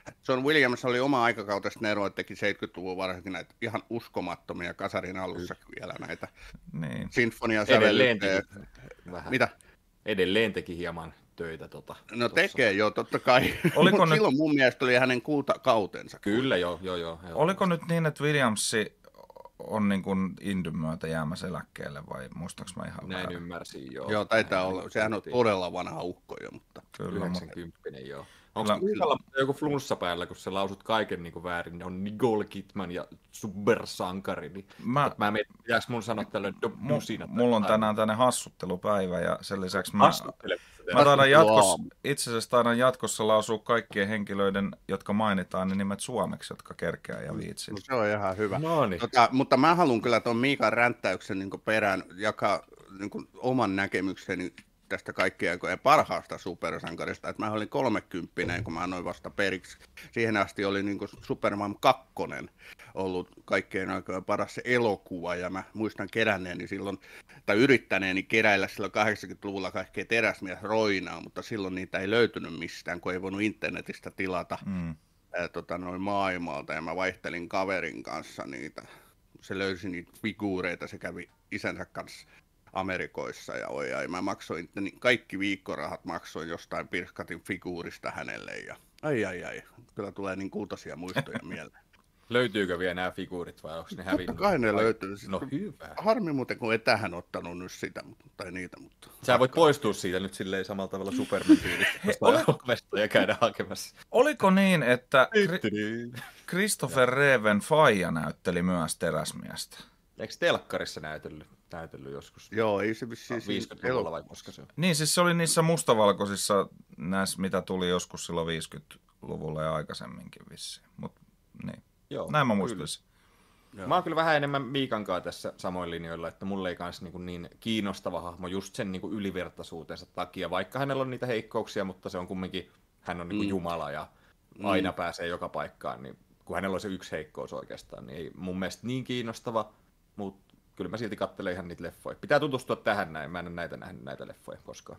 John Williams oli oma aikakautensa Nero, että teki seitsemänkymmentäluvun varsinkin näitä ihan uskomattomia kasarin alussakin vielä näitä niin. sinfoniasävellyttejä. Vähän. Mitä? Edelleen teki hieman töitä. Tota, no tossa. tekee joo, totta kai. Oliko nyt... Silloin mun mielestä oli hänen kultakautensa. Kyllä, joo, joo, joo. Oliko nyt niin, että Williamsi on niin kuin Indyn myötä jäämässä eläkkeelle vai muistaaks mä ihan Näin väärin? ymmärsin, joo. Joo, taitaa olla. Sehän on todella vanha ukko jo, mutta... Kyllä, yhdeksänkymmentä, joo. Onko Kuikalla joku flunssa päällä, kun sä lausut kaiken niin kuin väärin, niin on Nicole Kidman ja supersankari, niin mä, mä mietin, pitääkö mun sanoa tällöin dosina? Mulla on tänään tänne hassuttelupäivä ja sen lisäksi mä, mä taidan jatkossa, itse asiassa taidan jatkossa lausua kaikkien henkilöiden, jotka mainitaan, niin nimet suomeksi, jotka kerkeää ja viitsin. No, se on ihan hyvä. No niin. Tota, mutta mä haluan kyllä tuon Miikan ränttäyksen niin perään jakaa niin oman näkemykseni tästä kaikkien aikojen parhaasta supersankarista, että mä olin kolmekymppinen, kun mä annoin vasta periksi. Siihen asti oli niin kuin Superman kakkonen ollut kaikkien aikojen paras elokuva, ja mä muistan keränneeni silloin, tai yrittäneeni keräillä silloin kahdeksankymmentäluvulla kaikkea teräsmiesroinaa, mutta silloin niitä ei löytynyt mistään, kun ei voinut internetistä tilata mm. ää, tota, noin maailmalta, ja mä vaihtelin kaverin kanssa niitä. Se löysi niitä figuureita, se kävi isänsä kanssa Amerikoissa ja oi ai, mä maksoin, niin kaikki viikkorahat maksoin jostain Pirskatin figuurista hänelle ja ai ai ai, kyllä tulee niin kultaisia muistoja mieleen. Löytyykö vielä nämä figuurit vai onko ne hävinnyt? Totta kai ne vai... löytyy. No hyvä. Harmi muuten, kun ei tähän ottanut nyt sitä tai niitä, mutta... Sä voit poistua siitä nyt silleen samalla tavalla Superman-tyylistä ja käydä hakemassa. Oliko niin, että Kri- Christopher Reven faija näytteli myös teräsmiestä? Eikö telkkarissa näytellyt, näytellyt joskus? Joo, ei se vissiin... viisikymmentäluvulla vai koska se on? Niin, siis se oli niissä mustavalkoisissa näissä, mitä tuli joskus silloin viisikymmentäluvulla ja aikaisemminkin vissiin. Mut, niin. Joo, näin mä muistelisin. Mä oon kyllä vähän enemmän Miikankaan tässä samoin linjoilla, että mulle ei kans niin, niin kiinnostava hahmo just sen niin ylivertaisuutensa takia, vaikka hänellä on niitä heikkouksia, mutta se on kumminkin, hän on niin kuin mm. Jumala ja aina mm. pääsee joka paikkaan, niin kun hänellä on se yksi heikkous oikeastaan, niin ei mun mielestä niin kiinnostava, mutta kyllä mä silti katselen ihan niitä leffoja. Pitää tutustua tähän näin, mä en ole näitä nähnyt näitä leffoja koskaan.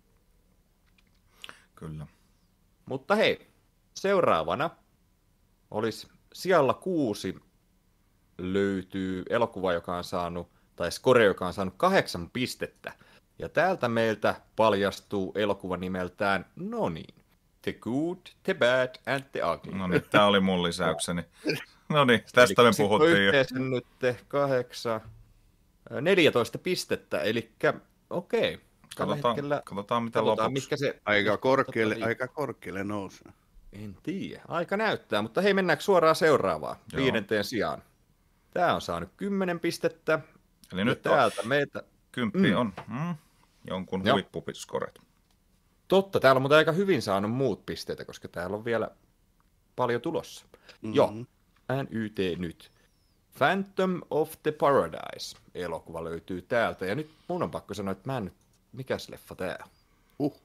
Kyllä. Mutta hei, seuraavana olisi sijalla kuusi löytyy elokuva, joka on saanut, tai score, joka on saanut kahdeksan pistettä. Ja täältä meiltä paljastuu elokuva nimeltään, no niin, The Good, The Bad and The Ugly. No niin, tää oli mun lisäykseni. No niin, tästä me puhuttiin jo. Yhteensä nyt kahdeksan, neljätoista pistettä, eli okei. Katsotaan, hetkellä, katsotaan mitä katsotaan, lopuksi. Mitkä se, aika, korkealle, aika korkealle nousee. En tiedä, aika näyttää, mutta hei, mennäänkö suoraan seuraavaan, Joo. viidenteen sijaan. Tää on saanut kymmenen pistettä. Eli nyt täältä meitä... kymppi mm. on mm, jonkun huippupiskoret. Totta, täällä on muuten aika hyvin saanut muut pisteitä, koska täällä on vielä paljon tulossa. Mm-hmm. Joo, N Y T nyt. Phantom of the Paradise elokuva löytyy täältä. Ja nyt mun on pakko sanoa, että mä en nyt... Mikäs leffa tää on? Uh.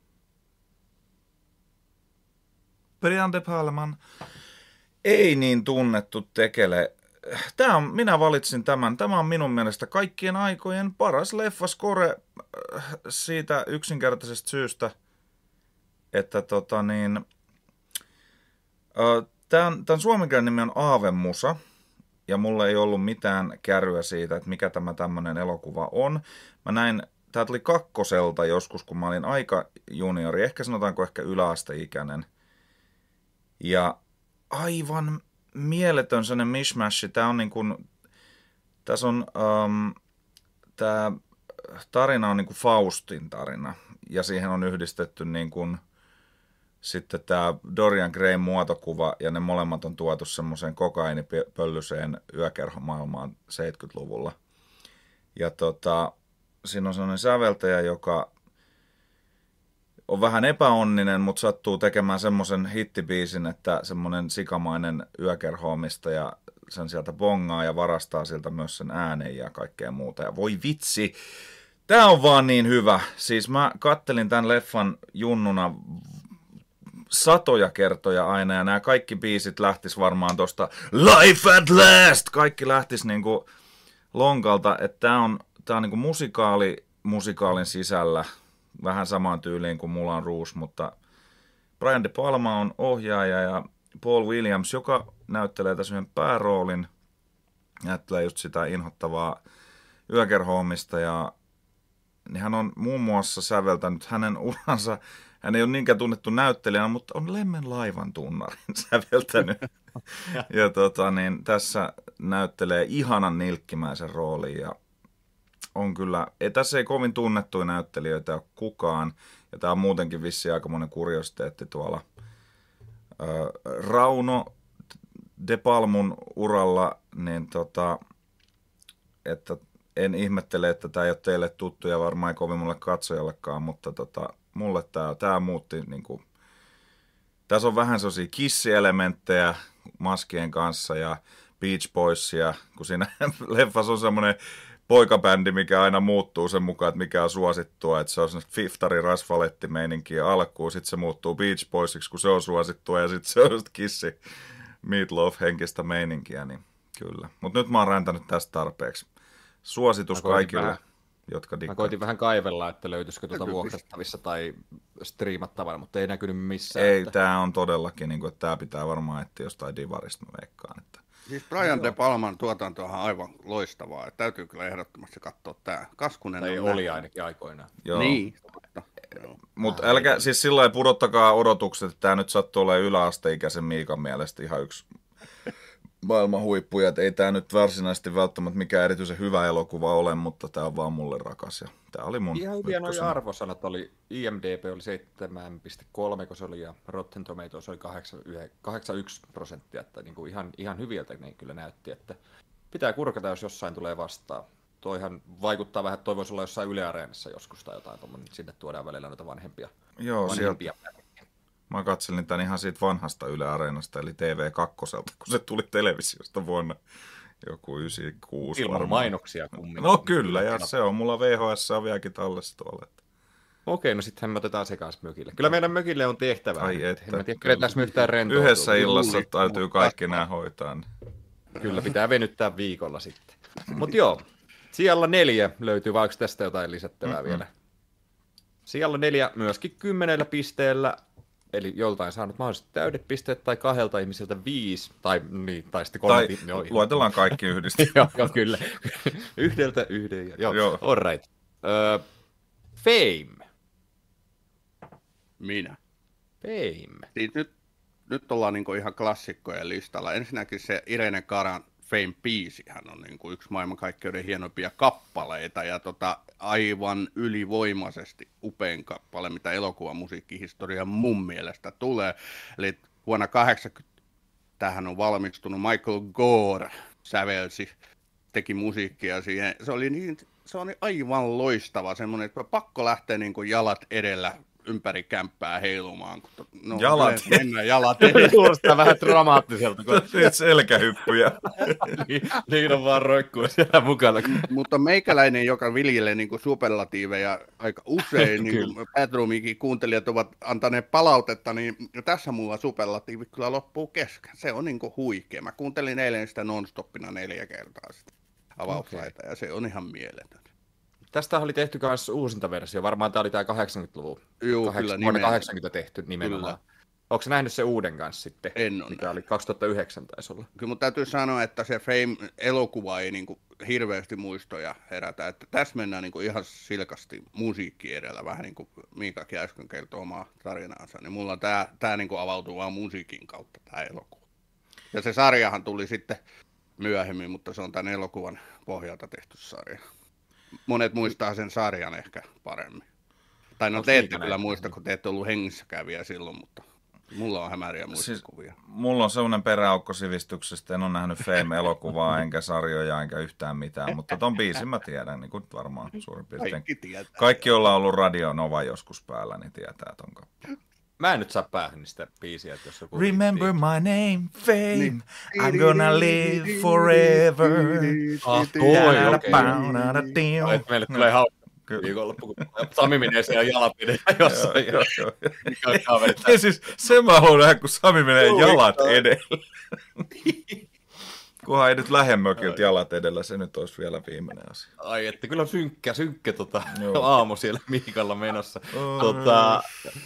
Brian De Palman ei niin tunnettu tekele. Tämä on, minä valitsin tämän. Tämä on minun mielestä kaikkien aikojen paras leffascore siitä yksinkertaisesta syystä, että tota niin, tämän, tämän suomenkielinen nimi on Aavemusa, ja mulla ei ollut mitään kärryä siitä, että mikä tämä tämmöinen elokuva on. Mä näin, tämä tuli kakkoselta joskus, kun mä olin aika juniori, ehkä sanotaanko ehkä yläasteikäinen, ja aivan mieletön sellainen mishmashi. Tämä on niin kuin, tässä on, um, tämä tarina on niin kuin Faustin tarina, ja siihen on yhdistetty niin kuin, sitten tämä Dorian Grayn muotokuva, ja ne molemmat on tuotu semmoiseen kokainipöllyseen yökerhomaailmaan seitsemänkymmentäluvulla. Ja tota, siinä on sellainen säveltäjä, joka on vähän epäonninen, mutta sattuu tekemään semmoisen hittibiisin, että semmoinen sikamainen yökerho-omistaja sen sieltä bongaa ja varastaa siltä myös sen äänen ja kaikkea muuta. Ja voi vitsi, tää on vaan niin hyvä. Siis mä kattelin tämän leffan junnuna satoja kertoja aina, ja nämä kaikki biisit lähtis varmaan tosta Life at Last! Kaikki lähtis niinku lonkalta, että tää on, tää on niinku musikaali musikaalin sisällä. Vähän samaan tyyliin kuin Moulin Rouge, mutta Brian De Palma on ohjaaja ja Paul Williams, joka näyttelee tässä yhden pääroolin, näyttelee just sitä inhottavaa yökerhoomista ja niin hän on muun muassa säveltänyt hänen uransa, hän ei ole niinkään tunnettu näyttelijänä, mutta on Lemmen laivan tunnarin säveltänyt. ja tota, niin, tässä näyttelee ihanan nilkkimäisen roolin ja on kyllä, ei, tässä ei kovin tunnettuja näyttelijöitä ole kukaan. Ja tämä on muutenkin vissiin aikamoinen kuriositeetti tuolla ää, Rauno De Palmun uralla, niin tota, että en ihmettele, että tämä ei ole teille tuttu ja varmaan ei kovin mulle katsojallekaan, mutta tota, mulle tämä, tämä muutti, niin kuin, tässä on vähän sellaisia kissielementtejä maskien kanssa ja Beach Boysia, kun siinä leffassa on semmoinen poikabändi, mikä aina muuttuu sen mukaan, että mikä on suosittua, että se on semmoista Fiftari rasvalettimeininkiä alkuun, sitten se muuttuu Beach Boysiksi, kun se on suosittua, ja sitten se on just Kissi Meatloaf-henkistä meininkiä, niin kyllä. Mutta nyt mä oon räntänyt tästä tarpeeksi. Suositus kaikille, vähän, jotka dikkaavat. Mä koitin vähän kaivella, että löytyisikö tuota vuokrattavissa tai striimattavana, mutta ei näkynyt missään. Ei, että... tää on todellakin, niin kuin, että tää pitää varmaan etsiä jostain divarista, mä veikkaan, että siis Brian De Palman tuotanto on aivan loistavaa. Että täytyy kyllä ehdottomasti katsoa tämä. Kaskunen tai on oli nähty. ainakin aikoinaan. Joo. Niin. Mutta älkää siis sillä lailla pudottakaa odotukset, että tämä nyt sattuu olemaan yläasteikäisen Miikan mielestä ihan yksi maailman huippuja. Ei tämä nyt varsinaisesti välttämättä mikään erityisen hyvä elokuva ole, mutta tämä on vaan mulle rakas. Ja tämä oli mun ihan hyviä noin arvosanat oli. I M D B oli seitsemän pilkku kolme, kun se oli, ja Rotten Tomatoes oli kahdeksankymmentäyksi prosenttia, että niinku ihan, ihan hyviltä ne kyllä näytti, että pitää kurkata, jos jossain tulee vastaan. Toihan vaikuttaa vähän, että toi voisi olla jossain Yle Areenassa joskus tai jotain, sinne tuodaan välillä noita vanhempia. Joo, vanhempia. Mä katselin tämän ihan siitä vanhasta Yle Areenasta, eli T V kaksi, kun se tuli televisiosta vuonna joku yhdeksänkymmentäkuusi. Ilman varmaan. mainoksia kumminkin. No kyllä, ja se on mulla V H S on vieläkin tallessa tuolla. Okei, no sittenhän me otetaan se kanssa mökille. Kyllä meidän mökille on tehtävää. Ai että. En mä tiedä, keretäänkö me yhtään rentoutua. Yhdessä illassa täytyy kaikki nämä hoitaa. Kyllä, pitää venyttää viikolla sitten. Mutta joo, sijalla neljä löytyy, vaikka tästä jotain lisättävää mm-hmm. vielä. Sijalla neljä myöskin kymmenellä pisteellä, eli joltain saanut mahdollisesti täydet pisteet, tai kahdelta ihmiseltä viisi, tai, niin, tai sitten kolme. Tai no, luetellaan kaikki yhdistä. joo, joo, kyllä. Yhdeltä yhden. Joo, joo. All right. Uh, Fame. Minä. Fame. Siis nyt, nyt ollaan niinku ihan klassikkojen listalla. Ensinnäkin se Irene Karan Fame-biisihän on niinku yksi maailmankaikkeuden hienompia kappaleita ja tota, aivan ylivoimaisesti upein kappale, mitä elokuvan musiikkihistoria mun mielestä tulee. Eli vuonna kahdeksankymmentä tähän on valmistunut Michael Gore sävelsi, teki musiikkia siihen. Se oli, niin, se oli aivan loistava semmoinen, että pakko lähteä niin kuin jalat edellä ympäri kämppää heilumaan. Kun no, jalat mennään jalat edellä. Kuulostaa vähän dramaattiselta. Kun... selkähyppyjä. niin, niin on vaan roikkuu siellä mukana. Mutta meikäläinen, joka viljelee niin kuin superlatiiveja aika usein, niin kuin Batroomikin kuuntelijat ovat antaneet palautetta, niin tässä mulla superlatiivit kyllä loppuu kesken. Se on niin kuin huikea. Mä kuuntelin eilen sitä non-stoppina neljä kertaa sitä avauslaita, okay. Ja se on ihan mieletön. Tästä oli tehty myös uusinta versio. Varmaan tämä oli tämä kahdeksankymmentäluvun. Joo, Kaheks- kyllä. Vuonna kahdeksankymmentä tehty nimenomaan. Kyllä. Onko sä nähnyt se uuden kanssa sitten? En ole. Mikä oli kaksituhattayhdeksän taisi olla. Kyllä mun täytyy sanoa, että se Fame-elokuva ei niinku hirveästi muistoja herätä. Että tässä mennään niinku ihan silkasti musiikki edellä. Vähän niin kuin Miikakin äsken kertoi omaa tarinaansa. Niin mulla tämä tää niinku avautuu vaan musiikin kautta tämä elokuva. Ja se sarjahan tuli sitten myöhemmin, mutta se on tämän elokuvan pohjalta tehty sarja. Monet muistaa sen sarjan ehkä paremmin. Tai no Onko te ette kyllä näin? Muista, kun te ette ollut hengissäkään vielä silloin, mutta mulla on hämäriä muistikuvia. Siis, mulla on sellainen peräaukko sivistyksestä, en ole nähnyt Fame-elokuvaa, enkä sarjoja, enkä yhtään mitään, mutta ton biisin mä tiedän, niin kuin varmaan suurin piirtein. Kaikki tietää. Kaikki, joilla on ollut Radio Nova joskus päällä, niin tietää ton kappaleen. Mä en nyt saa päähän sitä biisiä, että jos joku... Remember my name, Fame, niin. I'm gonna live forever. Ah, toi, okei. Okay. Meille tulee hauska viikonloppu, kun Sami menee siellä jalat edellä jossain. Joo, joo, joo. Ja siis se mä haluan nähdä, kun Sami menee jalat edellä. Kunhan ei nyt lähde mökiltä jalat edellä, se nyt olisi vielä viimeinen asia. Ai, että kyllä on synkkä, synkkä tota, aamu siellä Miikalla menossa. Tota...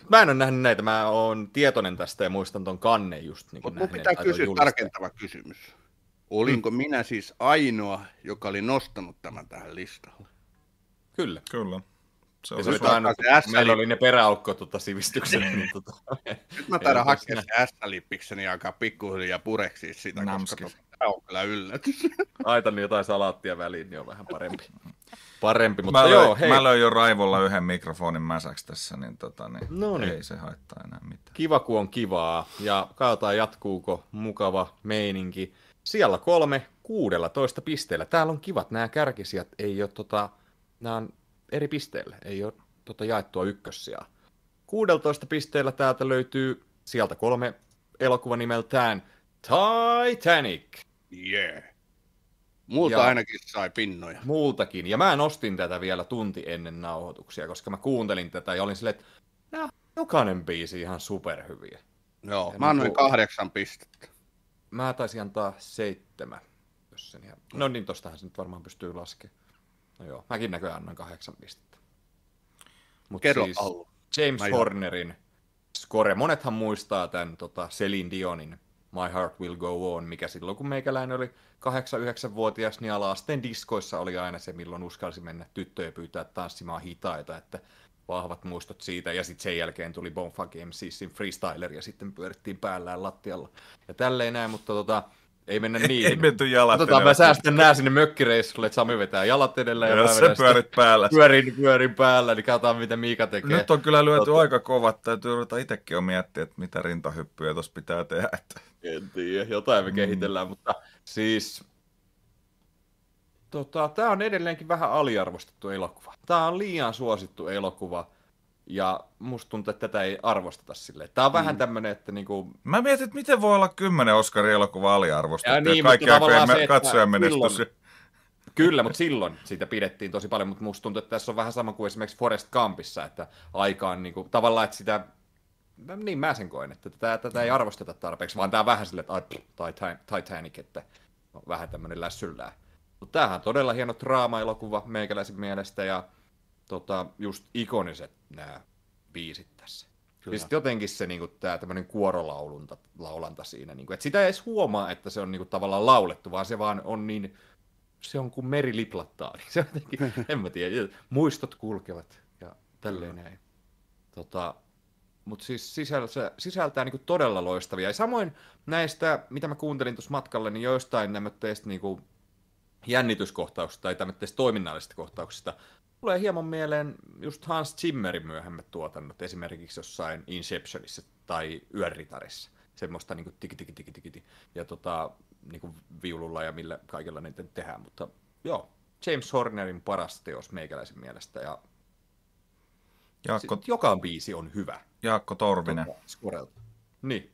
Mä en ole nähnyt näitä, mä oon tietoinen tästä ja muistan ton kannen just niin Mutta mun pitää kysyä tarkentava kysymys. Olinko mm. minä siis ainoa, joka oli nostanut tämän tähän listalle? Kyllä. Kyllä. Se, se oli aina, se meillä oli ne peräaukko tuota, sivistykset. Niin, tuota, nyt mä taidan hakea se S-lippikseni ja alkaa pikkuhiljaa pureksiä sitä, Namskis. Koska tämä on kyllä yllätys. Laitan jotain salaattia väliin, niin on vähän parempi. Parempi, mutta mä joo, löin, hei. Mä löin jo raivolla yhden mikrofonin mäsäksi tässä, niin, tota, niin no niin. ei se haittaa enää mitään. Kiva, kun on kivaa. Ja katsotaan, jatkuuko mukava meininki. Siellä kolme kuusitoista pisteellä. Täällä on kivat nämä kärkisijat. Ei ole tota, nämä on eri pisteillä. Ei ole tota, jaettua ykkössiä. kuusitoista pisteellä täältä löytyy sieltä kolme elokuva nimeltään Titanic. Yeah. Multa ja ainakin sai pinnoja. Multakin. Ja mä nostin tätä vielä tunti ennen nauhoituksia, koska mä kuuntelin tätä ja olin silleen, että nämä jokainen biisi ihan superhyviä. Joo, ja mä annoin ku... kahdeksan pistettä. Mä taisin antaa seitsemän. Jos sen ihan... No niin, tostahan se nyt varmaan pystyy laskemaan. No joo, mäkin näköjään annan kahdeksan pistettä. Mut Kerro siis Allu. James Mä Hornerin score. Monethan muistaa tämän tota, Celine Dionin My Heart Will Go On, mikä silloin kun meikäläinen oli kahdeksan yhdeksän vuotias, niin ala-asteen diskoissa oli aina se, milloin uskalsi mennä tyttöjä pyytää tanssimaan hitaita, että vahvat muistot siitä. Ja sitten sen jälkeen tuli Bonfunk M C:sin Freestyler ja sitten pyörittiin päällään lattialla. Ja tälleen näin, mutta tota, ei mennä niihin. Ei menty jalat tota, mä säästän nää sinne mökkireissulle, että Sami vetää jalat edellä. Ja, ja jos sä pyörit päällä. Pyörin, pyörin päällä, niin katsotaan mitä Miika tekee. Nyt on kyllä lyöty tota... aika kovat. Täytyy ruveta itsekin jo miettiä, että mitä rintahyppyjä tuossa pitää tehdä. Että... En tiedä, jotain me mm. kehitellään, mutta siis... Tota, tää on edelleenkin vähän aliarvostettu elokuva. Tää on liian suosittu elokuva. Ja musta tuntuu, että tätä ei arvosteta silleen. Tää on mm. vähän tämmönen, että niinku... Mä mietin, että miten voi olla kymmenen Oscar-elokuvaa aliarvostettu. Ja niin, kaikki aikojen me- katsojamenestys. Silloin... Kyllä, mutta silloin siitä pidettiin tosi paljon, mutta musta tuntuu, että tässä on vähän sama kuin esimerkiksi Forrest Gumpissa, että aikaan niinku, tavallaan, että sitä... Niin mä sen koen, että tätä, tätä ei arvosteta tarpeeksi, vaan tää on vähän silleen, että Titanic, että on vähän tämmönen lässyllää. Mutta tämähän on todella hieno draama-elokuva meikäläisen mielestä, ja tota, just ikoniset nämä biisit tässä. Ja sitten jotenkin se niinku, tää tämmönen kuorolaulunta, laulanta siinä, niinku, että sitä ei edes huomaa, että se on niinku, tavallaan laulettu, vaan se vaan on niin, se on kuin meri liplattaa, niin se on jotenkin, en mä tiedä, muistot kulkevat ja tälleen näin. Tota, mutta siis sisältää, sisältää niinku todella loistavia. Ja samoin näistä, mitä mä kuuntelin tuossa matkalla, niin joistain nämmöistä niinku jännityskohtauksista tai tämmöistä toiminnallisista kohtauksista tulee hieman mieleen just Hans Zimmerin myöhemmät tuotannot, esimerkiksi jossain Inceptionissa tai Yöritarissa. Semmoista niinku tiki tiki tiki tiki ja tota, niinku viululla ja millä kaikilla niitä tehdään. Mutta joo, James Hornerin paras teos meikäläisen mielestä ja Jaakko... joka biisi on hyvä. Jaakko Torvinen. Skorelta. Niin.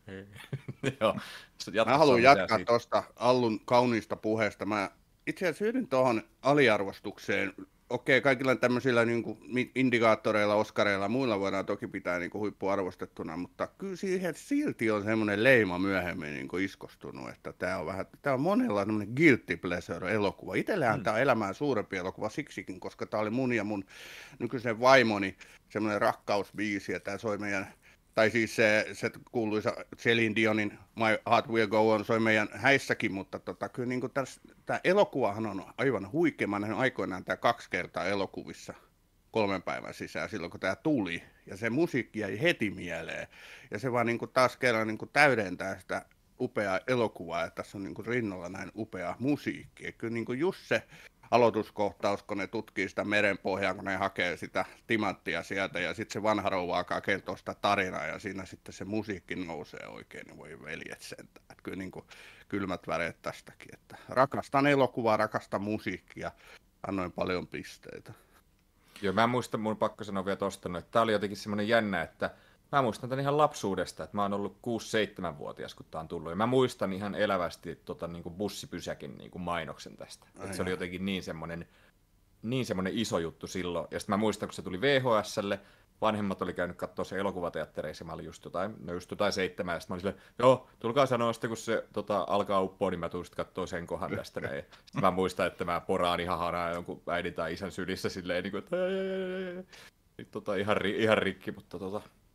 Joo. Mä haluan jatkaa tuosta Allun kauniista puheesta. Mä itse asiassa yhdyn tuohon aliarvostukseen. Okei, kaikilla tämmöisillä niin kuin indikaattoreilla, oskareilla ja muilla voidaan toki pitää niin kuin huippuarvostettuna, mutta kyllä siihen silti on semmoinen leima myöhemmin niin kuin iskostunut, että tämä on vähän, tämä on monella semmoinen guilty pleasure-elokuva. Itsellähän hmm. tämä on elämään suurempi elokuva siksikin, koska tämä oli mun ja mun nykyisen vaimoni semmoinen rakkausbiisi, ja tämä soi meidän, tai siis se, se kuuluisa Celine Dionin My Heart Will Go On soi meidän häissäkin, mutta tota, kyllä niin tämä elokuvahan on aivan huikea. Mä näin aikoinaan tämä kaksi kertaa elokuvissa kolmen päivän sisään silloin, kun tämä tuli. Ja se musiikki jäi heti mieleen. Ja se vaan niin kuin taas kerran niin kuin täydentää sitä upeaa elokuvaa, että tässä on niin kuin rinnalla näin upea musiikki. Ja kyllä niin kuin just se aloituskohtaus, kun ne tutkii sitä merenpohjaa, kun ne hakee sitä timanttia sieltä, ja sitten se vanha rouva alkaa kertoa sitä tarinaa, ja siinä sitten se musiikki nousee oikein, niin voi veljet sentään. Että kyllä niin kuin kylmät väreet tästäkin, että rakastan elokuvaa, rakastan musiikkia, annoin paljon pisteitä. Joo, mä muistan, mun pakko sanoa vielä tosta, että tää oli jotenkin semmoinen jännä, että mä muistan tämän ihan lapsuudesta, että mä oon ollut kuusi seitsemän vuotias, kun tää on tullut. Ja mä muistan ihan elävästi tota, niin kuin bussipysäkin niin kuin mainoksen tästä. Että se oli jotenkin niin semmoinen, niin semmoinen iso juttu silloin. Ja sitten mä muistan, kun se tuli V H S:lle, vanhemmat oli käynyt katsoa se elokuvateattereissa, ja mä olin just jotain, no just jotain seitsemän, ja sitten mä olin silleen, joo, tulkaa sanoa sitten, kun se tota, alkaa uppoa, niin mä tuun sitten katsoa sen kohan tästä näin. Sitten mä muistan, että mä poraan ihan hanaa jonkun äidin tai isän sylissä silleen, niin kuin, että tota, ihan, ihan rikki, mutta tota...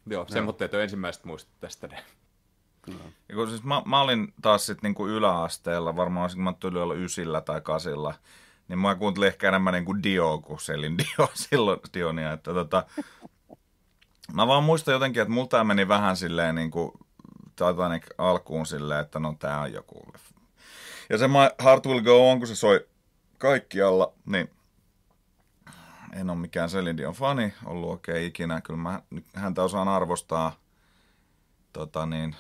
Joo, semmoitteet on ensimmäiset muistot tästä. Ja kun siis mä, mä olin taas sitten niinku yläasteella, varmaan olisin, kun mä tulin olla ysillä tai kasilla, niin mä kuuntelin ehkä enemmän niinku Dio kuin Selin Dio silloin Dionia. Että tota, mä vaan muistan jotenkin, että mulla tää meni vähän silleen niinku Titanic alkuun silleen, että no tää on joku. Ja se My Heart Will Go On, kun se soi kaikkialla, niin en ole mikään Celine Dion fani ollut oikein ikinä. Kyllä mä häntä osaan arvostaa, tota niin,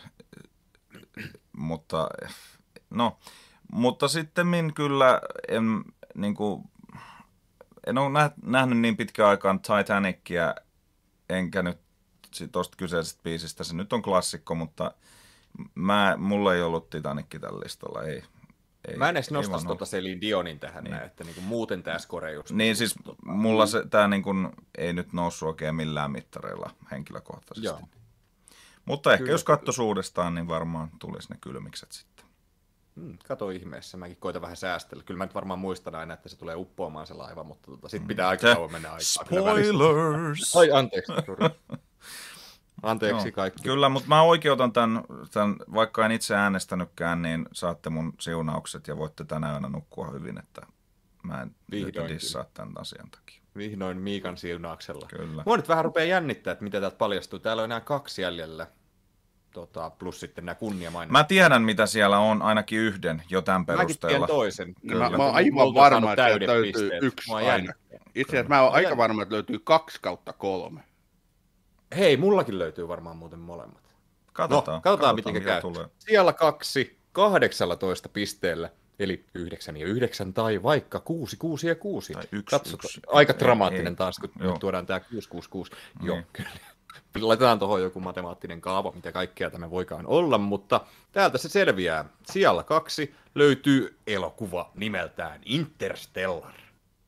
mutta no, mutta sitten kyllä en, niin kuin, en ole nähnyt niin pitkään aikaan Titanicia, enkä nyt tuosta kyseisestä biisistä. Se nyt on klassikko, mutta mä, mulla ei ollut Titanic tällä listalla, ei. Ei, mä en edes nostaisi tuota Celine Dionin tähän niin. Näin, että niinku muuten tämä score just... Niin siis tota... mulla se, tää niinku ei nyt noussut oikein millään mittareilla henkilökohtaisesti. Joo. Mutta ehkä kyllä, jos katsoisi uudestaan, niin varmaan tulisi ne kylmikset sitten. Hmm, kato ihmeessä, mäkin koitan vähän säästellä. Kyllä mä nyt varmaan muistan aina, että se tulee uppoamaan se laiva, mutta tota, sitten pitää aika kauan mennä aikaa. Spoilers! Ai anteeksi. Anteeksi no, kaikki. Kyllä, mutta mä oikeutan tämän, tämän, vaikka en itse äänestänytkään, niin saatte mun siunaukset ja voitte tänä yönä nukkua hyvin, että mä en nyt dissaa tämän asian takia. Vihdoin Miikan siunauksella. Kyllä. Mua nyt vähän rupeaa jännittää, että mitä täältä paljastuu. Täällä on enää kaksi jäljellä, tota, plus sitten nämä kunniamainot. Mä tiedän, mitä siellä on, ainakin yhden jo tämän perusteella. Mäkin tiedän toisen. Mä, mä oon aivan varma, että löytyy pisteet. Yksi aina. Itse asiassa mä oon aika varma, että löytyy kaksi kautta kolme. Hei, mullakin löytyy varmaan muuten molemmat. Katsotaan. No, katsotaan, miten käy. Tulee. Siellä kaksi, kahdeksallatoista pisteellä, eli yhdeksän ja yhdeksän, tai vaikka kuusi, kuusi ja kuusi. Tai yksi, Katso, yksi. Aika dramaattinen ei, taas, kun joo. tuodaan tämä kuusi kuusi kuusi. Niin. Joo, kyllä. Laitetaan tuohon joku matemaattinen kaava, mitä kaikkea tämä voikaan olla, mutta täältä se selviää. Siellä kaksi löytyy elokuva nimeltään Interstellar.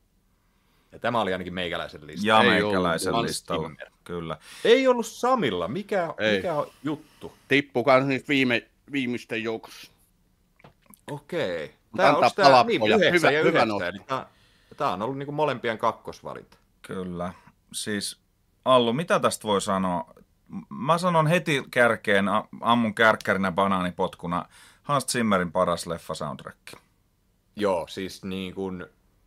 Ja tämä oli ainakin meikäläisen listalla. Ja meikäläisen listalla, kyllä. Ei ollut Samilla. Mikä, mikä on juttu? Tippuu kans niistä viime, viimeisten joukossa. Okei. Tämä on tämä niin, yhdeksän ja yhdeksän. Tämä, tämä on ollut niin kuin molempien kakkosvalinta. Kyllä. Siis Allu, mitä tästä voi sanoa? Mä sanon heti kärkeen, ammun kärkkärinä banaanipotkuna, Hans Zimmerin paras leffa soundtrack. Joo, siis niin kuin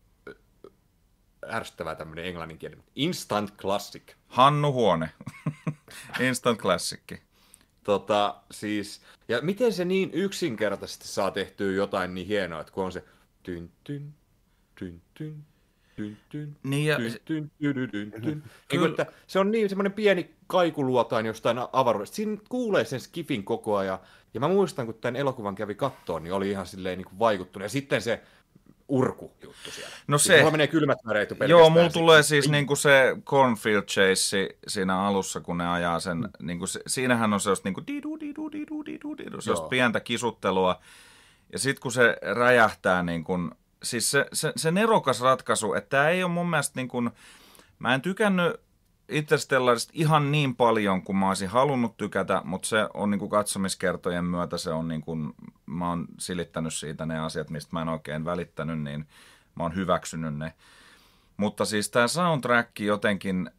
ärsyttävää tämmöinen englanninkielinen. Instant classic. Hannu Huone. Instant classic. Tota, siis, ja miten se niin yksinkertaisesti saa tehtyä jotain niin hienoa, että kun on se tyn tyn tyn tyn tyn tyn niin ja... tyn tyn tyn tyn tyn. Niin että se on niin semmoinen pieni kaikuluotain jostain avaruudesta. Siinä kuulee sen skifin koko ajan. Ja mä muistan, kun tämän elokuvan kävi kattoon, niin oli ihan silleen niin kuin vaikuttunut. Ja sitten se urku-juttu siellä. No se... Mulla menee kylmät väreet pelkästään. Joo, mulla tulee siis niinku se cornfield chase siinä alussa, kun ne ajaa sen, mm. niinku se, siinähän on sellaista niinku didu, didu, didu, didu, didu, sellaista pientä kisuttelua. Ja sitten kun se räjähtää, niin kun, siis se, se, se nerokas ratkaisu, että tämä ei ole mun mielestä, niin kun, mä en tykännyt Interstellarista ihan niin paljon, kuin mä olisin halunnut tykätä, mutta se on niin kuin katsomiskertojen myötä, se on niin kuin, mä oon silittänyt siitä ne asiat, mistä mä en oikein välittänyt, niin mä oon hyväksynyt ne. Mutta siis tää soundtrack jotenkin,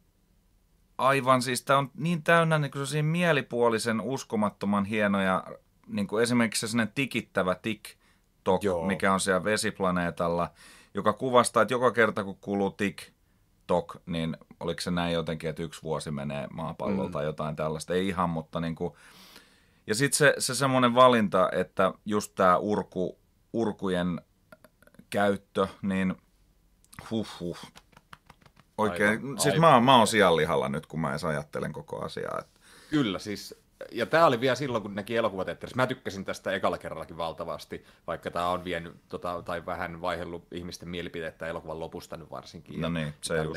aivan siis tää on niin täynnä niin kuin se mielipuolisen, uskomattoman hienoja, niin kuin esimerkiksi se sellainen tikittävä tik-tok, Joo. mikä on siellä vesiplaneetalla, joka kuvastaa, että joka kerta kun kuuluu tik, tok, niin oliko se näin jotenkin, että yksi vuosi menee maapallolta mm. tai jotain tällaista, ei ihan, mutta niin kuin... Ja sitten se, se semmoinen valinta, että just tämä urku, urkujen käyttö, niin huh huh. Oikein, aivan, siis aivan. Mä, mä oon sianlihalla nyt, kun mä edes ajattelen koko asiaa. Että... Kyllä, siis... Ja tämä oli vielä silloin, kun näki elokuvateatterissa. Mä tykkäsin tästä ekalla kerrallakin valtavasti, vaikka tämä on vienyt tota, tai vähän vaihellut ihmisten mielipiteettä elokuvan lopusta nyt varsinkin. No niin, se just.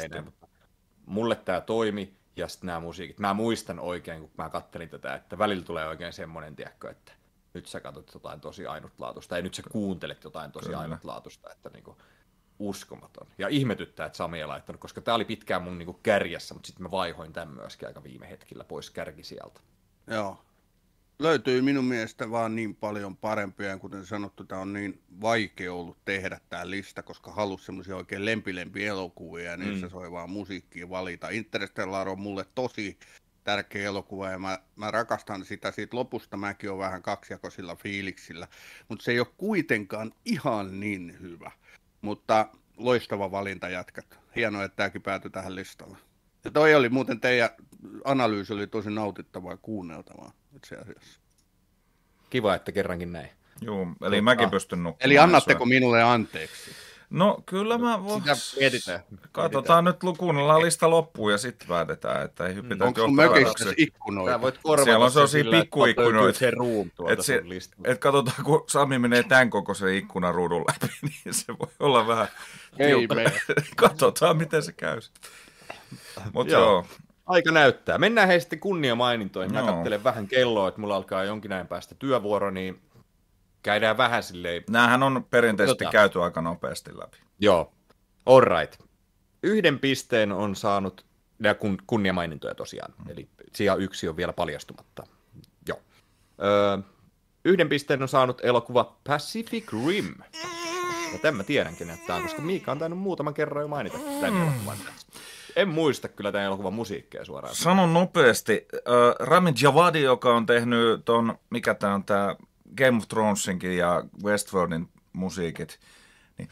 Mulle tämä toimi ja sitten nämä musiikit. Mä muistan oikein, kun mä kattelin tätä, että välillä tulee oikein semmoinen, tiedätkö, että nyt sä katsot jotain tosi ainutlaatuista, ja nyt sä kuuntelet jotain tosi Kyllä. ainutlaatuista, että niinku uskomaton. Ja ihmetyttää, että Sami ei laittanut, koska tämä oli pitkään mun niinku kärjessä, mutta sitten mä vaihoin tämän myöskin aika viime hetkellä pois kärki sieltä. Joo. Löytyy minun mielestä vaan niin paljon parempia, ja kuten sanottu, tämä on niin vaikea ollut tehdä tämä lista, koska halusi semmoisia oikein lempilempi elokuvia, ja niissä mm. soi vaan musiikkia valita. Interstellar on mulle tosi tärkeä elokuva ja mä, mä rakastan sitä siitä lopusta, mäkin olen vähän kaksijakoisilla fiiliksillä, mutta se ei ole kuitenkaan ihan niin hyvä, mutta loistava valinta jätkät. Hienoa, että tämäkin päätyi tähän listalle. Ja toi oli muuten, teidän analyysi oli tosi nautittavaa ja kuunneltavaa itse asiassa. Kiva, että kerrankin näin. Joo, eli mäkin pystyn nukkumaan. Eli annatteko minulle anteeksi? No kyllä mä vois... Sitä mietitään. Katsotaan nyt, kuunnellaan lista loppuun ja sitten päätetään, että ei hyppitä Onko sun mökissä ikkunoita? Sä voit korvata siellä on sellaisia sillä, pikkuikkunoita. Se room tuolta et se, sun listalta. et katsotaan, kun Sami menee tämän kokoisen ikkunaruudun läpi, niin se voi olla vähän... Ei mene. Katsotaan, miten se käy. Mutta Joo. joo. Aika näyttää. Mennään hei sitten kunniamainintoihin. Mä Joo. katselen vähän kelloa, että mulla alkaa jonkin ajan päästä työvuoro, niin käydään vähän silleen. Näähän on perinteisesti Tota. käyty aika nopeasti läpi. Joo. All right. Yhden pisteen on saanut, nämä kun, kunniamainintoja tosiaan, eli sija yksi on vielä paljastumatta. Joo. Öö, yhden pisteen on saanut elokuva Pacific Rim. Ja tämän mä tiedän, kenet tää on, koska Miika on tainnut muutaman kerran jo mainita tämän elokuvan tässä. En muista kyllä tämän elokuvan musiikkia suoraan. Sanon nopeasti. Äh, Ramin Djawadi, joka on tehnyt ton, mikä tää on tää Game of Thronesinkin ja Westworldin musiikit, niin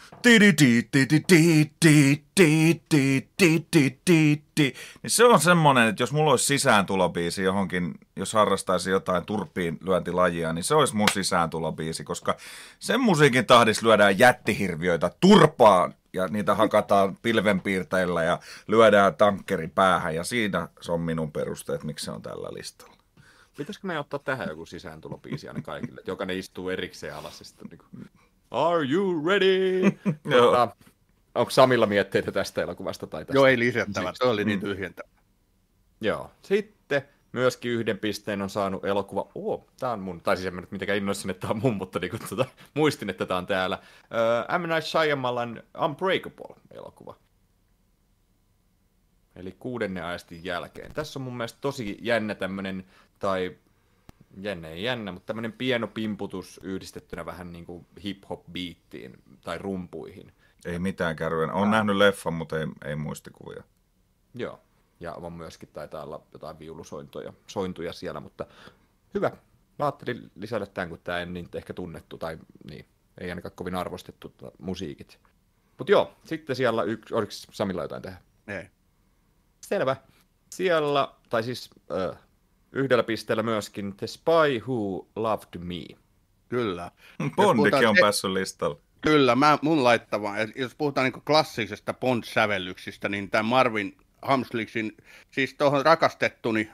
niin se on semmoinen, että jos mulla olisi sisääntulobiisi johonkin, jos harrastaisi jotain turpiin lyöntilajia, niin se olisi mun sisääntulobiisi, koska sen musiikin tahdissa lyödään jättihirviöitä turpaan ja niitä hakataan pilvenpiirteillä ja lyödään tankkerin päähän ja siinä se on minun perusteet, miksi se on tällä listalla. Pitäisikö me ottaa tähän joku sisääntulobiisi aina kaikille, että jokainen istuu erikseen alas ja sitten niin kuin, are you ready? Mutta, onko Samilla mietteitä tästä elokuvasta? Tai tästä? Joo, ei lisättävä, se oli niin tyhjentävä. Joo. Sitten myöskin yhden pisteen on saanut elokuva. Oh, tää on mun. Tai siis en mä nyt mitenkään innoissin, että tää on mun, mutta niin tuota, muistin, että tää on täällä. Uh, M. Night Shyamalan Unbreakable-elokuva. Eli kuudennen aistin jälkeen. Tässä on mun mielestä tosi jännä tämmönen, tai jännä ei jännä, mutta tämmönen pieno pimputus yhdistettynä vähän niin kuin hip-hop-biittiin tai rumpuihin. Ei mitään kärryä. Olen nähnyt leffan, mutta ei, ei muistikuvia. Joo, ja on myöskin taitaa olla jotain viulusointuja sointuja siellä, mutta hyvä. Mä ajattelin lisätä tämän, kun tämä ei niin ehkä tunnettu, tai niin, ei ainakaan kovin arvostettu tota, musiikit. Mutta joo, sitten siellä yksi, oliko Samilla jotain tehdä? Ei. Selvä. Siellä, tai siis äh, yhdellä pisteellä myöskin The Spy Who Loved Me. Kyllä. Bondikin on päässyt listalle. Kyllä, mä, mun laittava. Jos puhutaan niin klassisesta Bond-sävellyksistä, niin tämä Marvin Hamsliksin, siis tuohon rakastettuni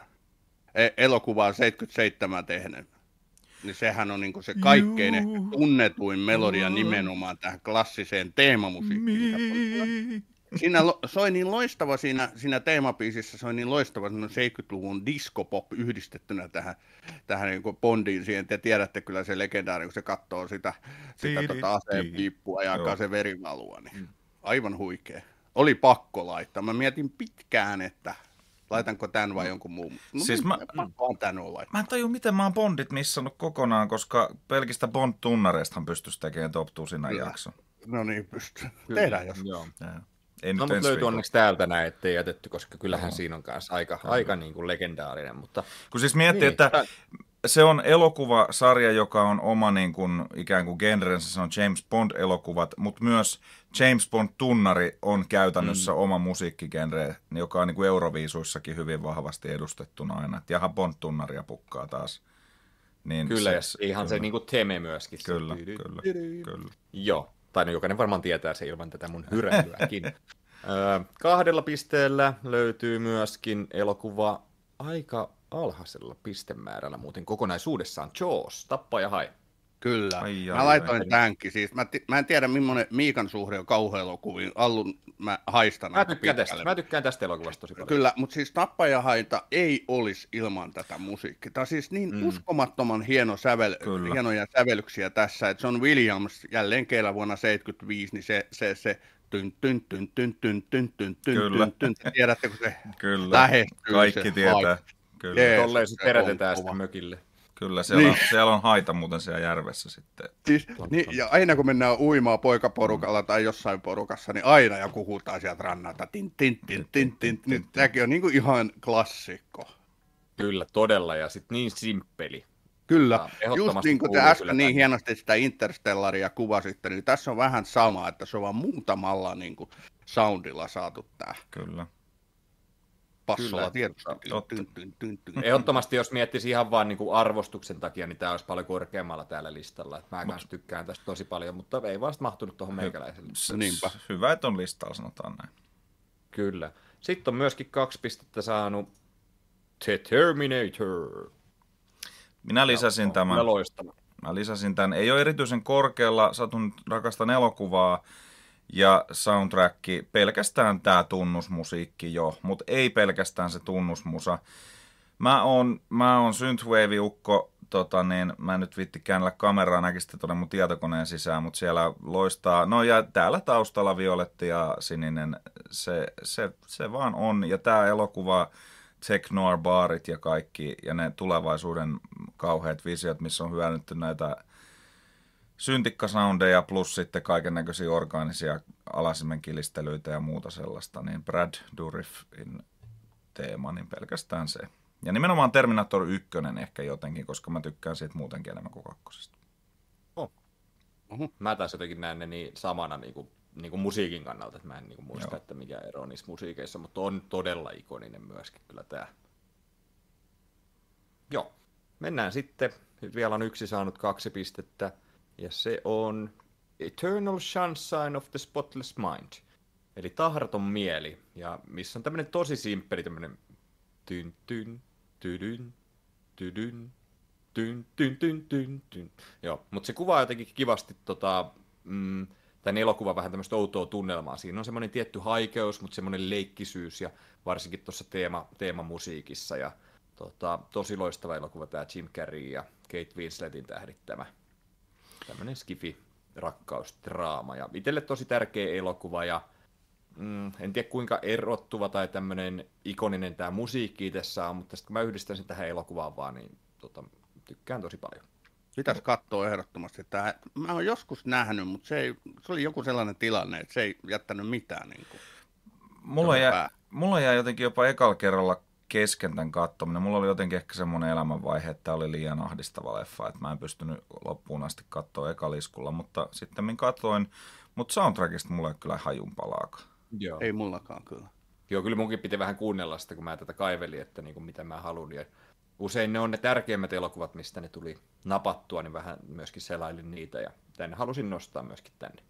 elokuvaan seitsemänkymmentäseitsemän tehden, niin sehän on niin se kaikkein ehkä tunnetuin melodia nimenomaan tähän klassiseen teemamusiikkiin. Siinä soi niin loistava siinä, siinä teemabiisissä, soi niin loistava seitsemänkymmentäluvun disco-pop yhdistettynä tähän, tähän niin Bondiin siihen. Te tiedätte kyllä se legendaari, kun se katsoo sitä, sitä tota aseen piippua ja alkaa se verivalua. Niin aivan huikea. Oli pakko laittaa. Mä mietin pitkään, että laitanko tämän vai jonkun muun. No, siis mä, mä, mä, tämän mä en tajua, miten mä oon Bondit missannut kokonaan, koska pelkistä Bond-tunnareistahan pystyisi tekemään top tusina jakson. No niin, pystyy. Tehdään jos. Joo. Ei no, nyt mutta löytyy viikolla. onneksi täältä näin, ettei jätetty, koska kyllähän no. siinä on kanssa aika, aika niin kuin legendaarinen. Mutta... Kun siis miettii, niin, että se on elokuvasarja, joka on oma niin kuin, ikään kuin genrensä, se on James Bond-elokuvat, mutta myös James Bond-tunnari on käytännössä mm. oma musiikkigenre, joka on niin kuin Euroviisuissakin hyvin vahvasti edustettuna aina. Että jaha, Bond-tunnaria pukkaa taas. Niin kyllä, se, ja ihan kyllä. se niin kuin teme myöskin. Kyllä, se... kyllä, kyllä. Joo, tai no, jokainen varmaan tietää se ilman tätä mun hyräilyäkin. öö, kahdella pisteellä löytyy myöskin elokuva aika alhaisella pistemäärällä muuten kokonaisuudessaan. Jaws, Tappa ja hai. Kyllä. Ai, ai, mä laitoin ai. tämänkin. Siis mä, t- mä en tiedä, millainen Miikan suhde on kauhuelokuviin. Allun mä haistan Mä aika tykkään, tästä. pitkälle. mä tykkään tästä elokuvasta tosi paljon. Kyllä, mutta siis Tappajahaita ei olisi ilman tätä musiikkia. Tämä on siis niin mm. uskomattoman hieno sävel, hienoja sävellyksiä tässä, että John Williams jälleen kerran vuonna seitsemänkymmentäviisi, niin se, se, se tyn, tyn, tyn, tyn, tyn, tyn, tyn, tyn, tyn, tyn, tiedätte, kun se Kyllä. lähestyy. Kaikki se tietää. haita. Kyllä. Jeesus, Tolleen se se perätetään on sitten kova. mökille. Kyllä, siellä, Niin. on, siellä on haita muuten siellä järvessä sitten. Siis, niin, ja aina kun mennään uimaan poikaporukalla tai jossain porukassa, niin aina joku huutaa sieltä rannalta. Tin, tin, tin, tin, tin, tin. Tämäkin on niin kuin ihan klassikko. Kyllä, todella, ja sitten niin simppeli. Kyllä, Ja just niin kuin te äsken niin hienosti sitä Interstellaria kuvasitte, niin tässä on vähän sama, että se on vaan muutamalla niin kuin soundilla saatu tää. Kyllä. Passolla tietysti. Ehdottomasti, jos miettisi ihan vaan niin kuin arvostuksen takia, niin tämä olisi paljon korkeammalla täällä listalla. Että mä kanssa tykkään tästä tosi paljon, mutta ei vasta mahtunut tuohon meikäläiselle. Niinpä. Hyvä, että on listalla, sanotaan näin. Kyllä. Sitten on myöskin kaksi pistettä saanut The Terminator. Minä lisäsin tämän. Mä lisäsin tämän. Ei ole erityisen korkealla, satun rakastan elokuvaa ja soundtracki, pelkästään tämä tunnusmusiikki jo, mutta ei pelkästään se tunnusmusa. Mä oon, mä oon synthwave-ukko, tota niin, mä en nyt viitti käännellä kameraa, näkisitte tuonne mun tietokoneen sisään, mutta siellä loistaa, no ja täällä taustalla violetti ja sininen, se, se, se vaan on, ja tää elokuva, technoir-baarit ja kaikki, ja ne tulevaisuuden kauheat visiot, missä on hyödynnetty näitä syntikkasoundeja plus sitten kaiken näköisiä orgaanisia alasimen kilistelyitä ja muuta sellaista, niin Brad Dourifin teema, niin pelkästään se. Ja nimenomaan Terminator yksi ehkä jotenkin, koska mä tykkään siitä muutenkin enemmän kuin kakkosesta. Oh. Uh-huh. Mä taas jotenkin näen ne niin samana niin kuin, niin kuin musiikin kannalta, että mä en niin kuin muista, Joo. että mikä ero on niissä musiikeissa, mutta on todella ikoninen myöskin kyllä tää. Joo, mennään sitten. Nyt vielä on yksi saanut kaksi pistettä, ja se on Eternal Sunshine of the Spotless Mind, eli tahraton mieli, ja missä on tämmöinen tosi simppeli tämmöinen tyn tyn tydyn tydyn tyn tyn tyn tyn tyn. Joo, mutta se kuvaa jotenkin kivasti tota, mm, tämän elokuvan vähän tämmöistä outoa tunnelmaa. Siinä on semmoinen tietty haikeus, mutta semmoinen leikkisyys, ja varsinkin tuossa teema, teemamusiikissa, ja tota, tosi loistava elokuva tämä Jim Carrey ja Kate Winsletin tähdittämä tämmöinen skifi-rakkausdraama. Ja itselle tosi tärkeä elokuva, ja mm, en tiedä kuinka erottuva tai tämmöinen ikoninen tämä musiikki tässä on, mutta sitten kun mä yhdistän sen tähän elokuvaan vaan, niin tota, tykkään tosi paljon. Pitäisi katsoa ehdottomasti. Tämä, mä oon joskus nähnyt, mutta se, ei, se oli joku sellainen tilanne, että se ei jättänyt mitään. Niin kuin, mulla, jää, mulla jää jotenkin jopa ekalla kerralla kesken tämän katsominen. Mulla oli jotenkin ehkä semmoinen elämänvaihe, että tämä oli liian ahdistava leffa, että mä en pystynyt loppuun asti katsoa ekaliskulla, mutta sitten minä katsoin, mutta soundtrackista mulla ei kyllä hajun palaakaan. Joo. Ei mullakaan kyllä. Joo, kyllä munkin piti vähän kuunnella sitä, kun mä tätä kaivelin, että niin kuin mitä mä haluan. Ja usein ne on ne tärkeimmät elokuvat, mistä ne tuli napattua, niin vähän myöskin selailin niitä, ja tänne halusin nostaa myöskin tänne.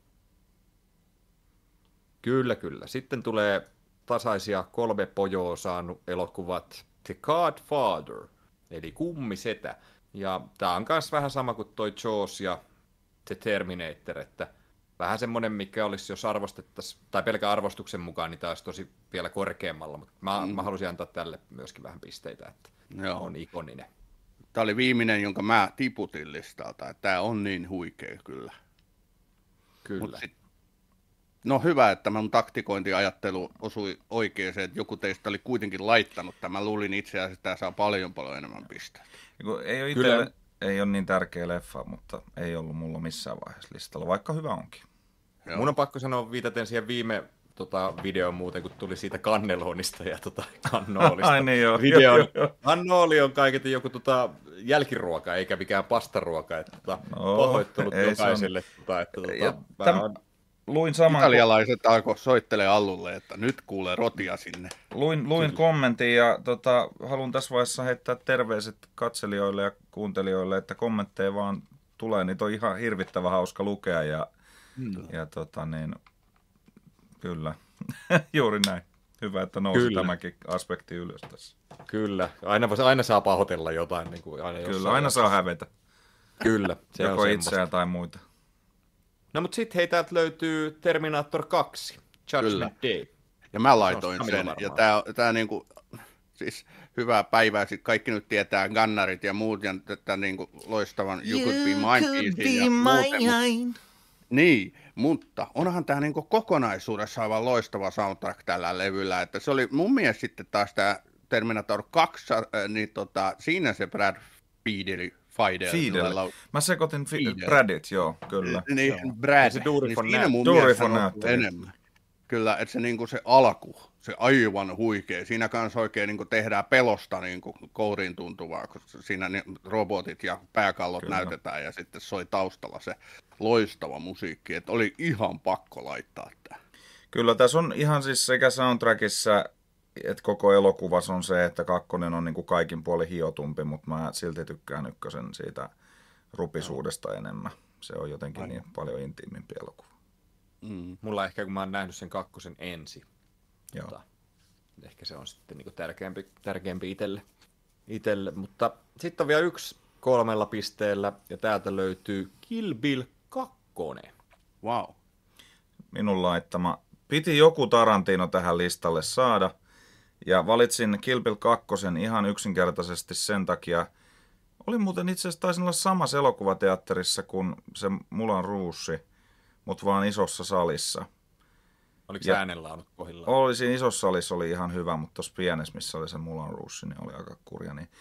Kyllä, kyllä. Sitten tulee tasaisia kolme pojoa saanut elokuvat The Godfather, eli Kummisetä. Ja tää on myös vähän sama kuin toi Jaws ja The Terminator, että vähän semmoinen, mikä olisi, jos arvostettaisiin, tai pelkän arvostuksen mukaan, niin tämä olisi tosi vielä korkeammalla, mutta mä, mm. mä halusin antaa tälle myöskin vähän pisteitä, että Joo. on ikoninen. Tämä oli viimeinen, jonka mä tiputin listalta, että tämä on niin huikea kyllä. Kyllä. Sit, no hyvä, että mun taktikointiajattelu osui oikeaan, että joku teistä oli kuitenkin laittanut tämän. Mä luulin itse asiassa, että tämä saa paljon paljon enemmän pisteitä. Ei ole itselle, ei ole niin tärkeä leffa, mutta ei ollut mulla missään vaiheessa listalla, vaikka hyvä onkin. Joo. Mun on pakko sanoa viitaten siihen viime tota, videoon muuten, kun tuli siitä kannelonista ja tota, kannoolista. Ai niin joo. Videon. Kannooli on kaiketi joku tota, jälkiruoka, eikä mikään pastaruoka. Että, tota, no, pahoittelut jokaiselle. Tota, että, tota, Täm, on... luin saman... Italialaiset alkoi soittelee Allulle, että nyt kuulee rotia sinne. Luin, luin kommentin ja tota, haluan tässä vaiheessa heittää terveiset katselijoille ja kuuntelijoille, että kommentteja vaan tulee. Niitä on ihan hirvittävän hauska lukea ja Mm. Ja tota niin, kyllä, juuri näin. Hyvä, että nousi kyllä. tämäkin aspekti ylös tässä. Kyllä, aina, aina saa pahoitella jotain. Niin kuin aina kyllä, aina saa hävetä. Kyllä, se joko on itseään tai muita. No mutta sitten hei, täältä löytyy Terminator kaksi, Judgment kyllä. Day. Ja mä laitoin sen, varmaan. Ja tää, tää niinku, siis hyvää päivää, sitten kaikki nyt tietää Gunnarit ja muut, ja tätä niinku loistavan You, you Could Be Mine ja muuten. Niin, mutta onhan tämä niinku kokonaisuudessa aivan loistava soundtrack tällä levyllä, että se oli mun mielestä sitten taas tämä Terminator kaksi, niin tota, siinä se Brad Fiedeli, Fiedel. Fiedel. Mä sekoitin fi- Bradit, joo, kyllä. Niin, joo. Brad, niin siinä mun mielestä on enemmän. Kyllä, että se, niinku se alku, se aivan huikea. Siinä kanssa oikein niinku tehdään pelosta niinku kouriin tuntuvaa, kun siinä ne robotit ja pääkallot Kyllä. näytetään ja sitten soi taustalla se loistava musiikki. Että oli ihan pakko laittaa tämä. Kyllä tässä on ihan siis sekä soundtrackissa että koko elokuvassa on se, että kakkonen on niin kuin kaikin puolin hiotumpi, mutta mä silti tykkään ykkösen siitä rupisuudesta enemmän. Se on jotenkin Aivan. niin paljon intiimimpi elokuva. Mm. Mulla ehkä, kun mä oon nähnyt sen kakkosen ensi, mutta ehkä se on sitten niin kuin tärkeämpi, tärkeämpi itselle. itselle. Mutta sitten on vielä yksi kolmella pisteellä, ja täältä löytyy Kill Bill kaksi. Wow. Minun laittama. Piti joku Tarantino tähän listalle saada, ja valitsin Kill Bill kaksi ihan yksinkertaisesti sen takia. Oli muuten itse asiassa taisin olla samassa elokuvateatterissa kuin se Moulin Rouge, mutta vaan isossa salissa. Oliko se äänenlaadut kohdillaan? Oli siinä isossa salissa oli ihan hyvä, mutta tuossa pienessä, missä oli se Moulin Rouge, niin oli aika kurja. Niin...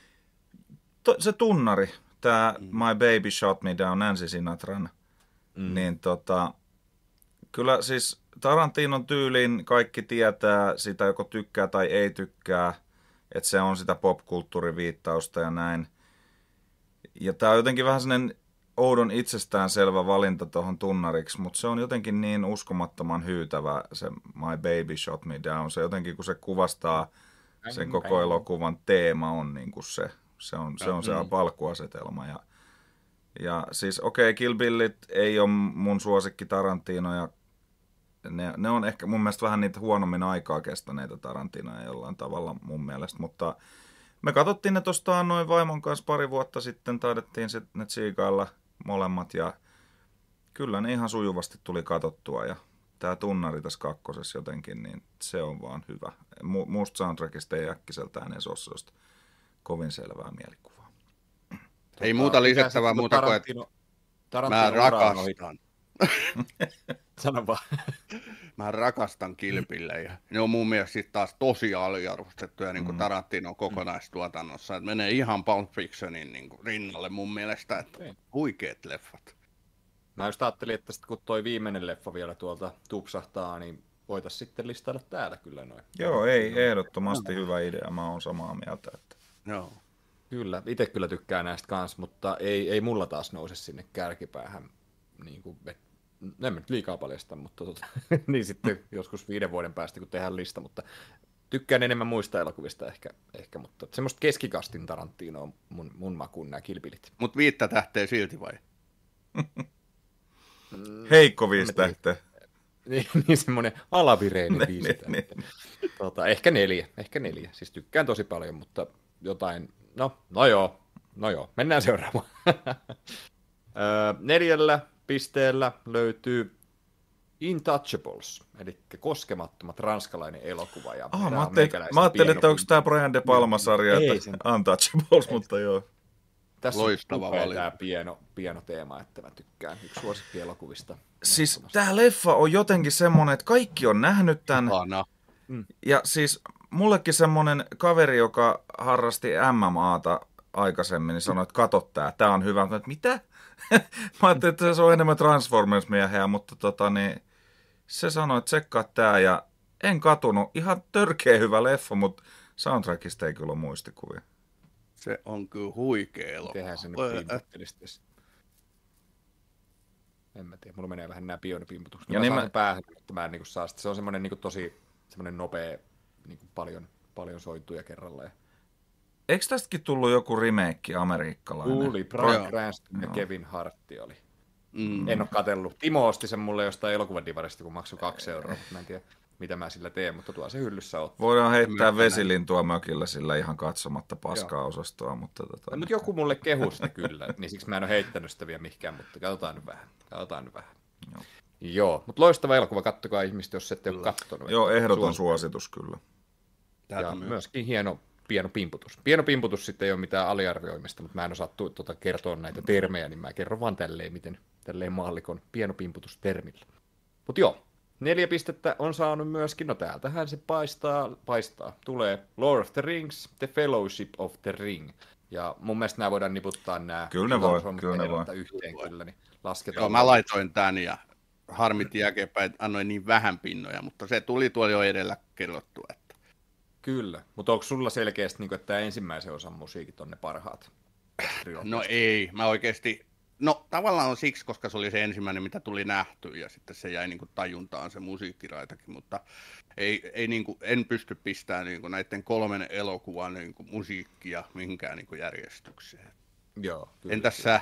To, se tunnari, tämä mm. My Baby Shot Me Down, Nancy Sinatran, mm. niin tota, kyllä siis Tarantinon tyyliin kaikki tietää sitä, joko tykkää tai ei tykkää, että se on sitä popkulttuuriviittausta ja näin. Ja tämä on jotenkin vähän sellainen oudon itsestäänselvä valinta tuohon tunnariksi, mutta se on jotenkin niin uskomattoman hyytävä se My Baby Shot Me Down. Se jotenkin, kun se kuvastaa sen koko elokuvan teema on niin kuin se. Se on se, on se alkuasetelma. Ja, ja siis okei, okay, Kill Billit ei ole mun suosikki Tarantino ja ne, ne on ehkä mun mielestä vähän niitä huonommin aikaa kestäneitä Tarantinoja jollain tavalla mun mielestä, mutta me katsottiin ne tuosta noin vaimon kanssa pari vuotta sitten, taidettiin ne tsiikailla molemmat ja kyllä ne ihan sujuvasti tuli katsottua ja tämä tunnari tässä kakkosessa jotenkin, niin se on vaan hyvä. Mu- muusta soundtrackista ei äkkiseltään edes ole sellaista kovin selvää mielikuvaa. Ei tota, muuta lisättävää muuta kuin, että mä rakastan. Sano vaan. Mä rakastan Kill Billejä ja ne on mun mielestä sit taas tosi aliarvostettuja niin kuin mm. Tarantinon kokonaistuotannossa. Et menee ihan Pulp Fictionin niin kuin rinnalle mun mielestä, että okay. Huikeet leffat. Mä just ajattelin, että kun toi viimeinen leffa vielä tuolta tupsahtaa, niin voitaisiin sitten listailla täällä kyllä noin. Joo, ei, ehdottomasti no. hyvä idea. Mä oon samaa mieltä. Että... Joo. Kyllä, itse kyllä tykkään näistä kanssa, mutta ei, ei mulla taas nouse sinne kärkipäähän. Niin kuin, en nyt liikaa paljasta, mutta tota, niin sitten joskus viiden vuoden päästä, kun tehdään lista, mutta tykkään enemmän muista elokuvista ehkä, ehkä mutta semmoista keskikastin Tarantinoa on mun, mun makuun nämä Kill Billit. Mutta viittä tähteä silti vai? Heikko viisi tähteä. Niin, niin semmoinen alavireinen viisi tähteä. Tota, ehkä neljä, ehkä neljä. Siis tykkään tosi paljon, mutta jotain, no, no joo, no joo, mennään seuraavaan. öö, neljällä pisteellä löytyy Intouchables, eli koskemattomat ranskalainen elokuva. Ja oh, mä ajattelin, mä ajattelin että onko tämä Brian De Palma-sarja, että sen... Untouchables, ei. Mutta joo. Tässä loistava on tämä pieno, pieno teema, että mä tykkään yksi suosikki elokuvista. Siis tämä leffa on jotenkin semmoinen, että kaikki on nähnyt tämän. Mm. Ja siis mullekin semmoinen kaveri, joka harrasti M M A:ta aikaisemmin, niin sanoi, että kato tää, tää on hyvä. Mä, että mitä? Mä ajattelin, että se on enemmän Transformers-miehiä, mutta tota, niin, se sanoi, että tsekkaa tää ja en katunut. Ihan törkeä hyvä leffa, mutta soundtrackista ei kyllä ole muistikuvia. Se on kyllä huikea elokuva. Tehdään se nyt pimputtelisesti. En mä tiedä, mulla menee vähän nämä pionipimputukset. Ja mä saan mä... päähän, että mä en niin saa sitä. Se on semmoinen niin tosi semmoinen nopea, niin paljon, paljon soittuja kerralla. Ja... Eikö tästäkin tullut joku remake amerikkalainen? Tuli, Bryan Cranston ja Kevin Hart oli. Mm. En ole katsellut. Timo osti sen mulle jostain elokuvadivarista, kun maksoi kaksi euroa, mutta mä en tiedä, mitä mä sillä teen, mutta tuo se hyllyssä ottaa. Voidaan heittää vesilintua mökillä sillä ihan katsomatta paskaa-osastoa. Mutta tota... no, mutta joku mulle kehui sitä kyllä, niin siksi mä en ole heittänyt sitä vielä mihinkään, mutta katsotaan nyt vähän. Katsotaan nyt vähän. Joo, Joo mutta loistava elokuva, kattokaa ihmiset, jos ette ole katsonut. Joo, ehdoton suositus kyllä. Täältä ja myös. Myöskin hieno pieno pimputus. Pieno pimputus sitten ei ole mitään aliarvioimista, mutta mä en osaa tuota kertoa näitä termejä, niin mä kerron vaan tälleen, miten tälleen maallikon pieno pimputus termillä. Mutta joo, neljä pistettä on saanut myöskin, no täältähän se paistaa, paistaa, tulee Lord of the Rings, The Fellowship of the Ring. Ja mun mielestä nämä voidaan niputtaa nämä. Kyllä ne voi, kyllä ne voi. Yhteen, kyllä, niin lasketaan. Joo, mä laitoin tän ja harmitti jälkeenpäin, että annoin niin vähän pinnoja, mutta se tuli tuolla jo edellä kerrottua. Että... Kyllä, mutta onko sulla selkeästi, niin kuin, että tämä ensimmäisen osan musiikit on ne parhaat? No ei, mä oikeasti, no tavallaan on siksi, koska se oli se ensimmäinen, mitä tuli nähty, ja sitten se jäi niin kuin tajuntaan se musiikkiraitakin, mutta ei, ei niin kuin, en pysty pistämään niin kuin näiden kolmen elokuvan niin kuin musiikkia mihinkään niin kuin järjestykseen. Joo. Kyllä, Entäs sä?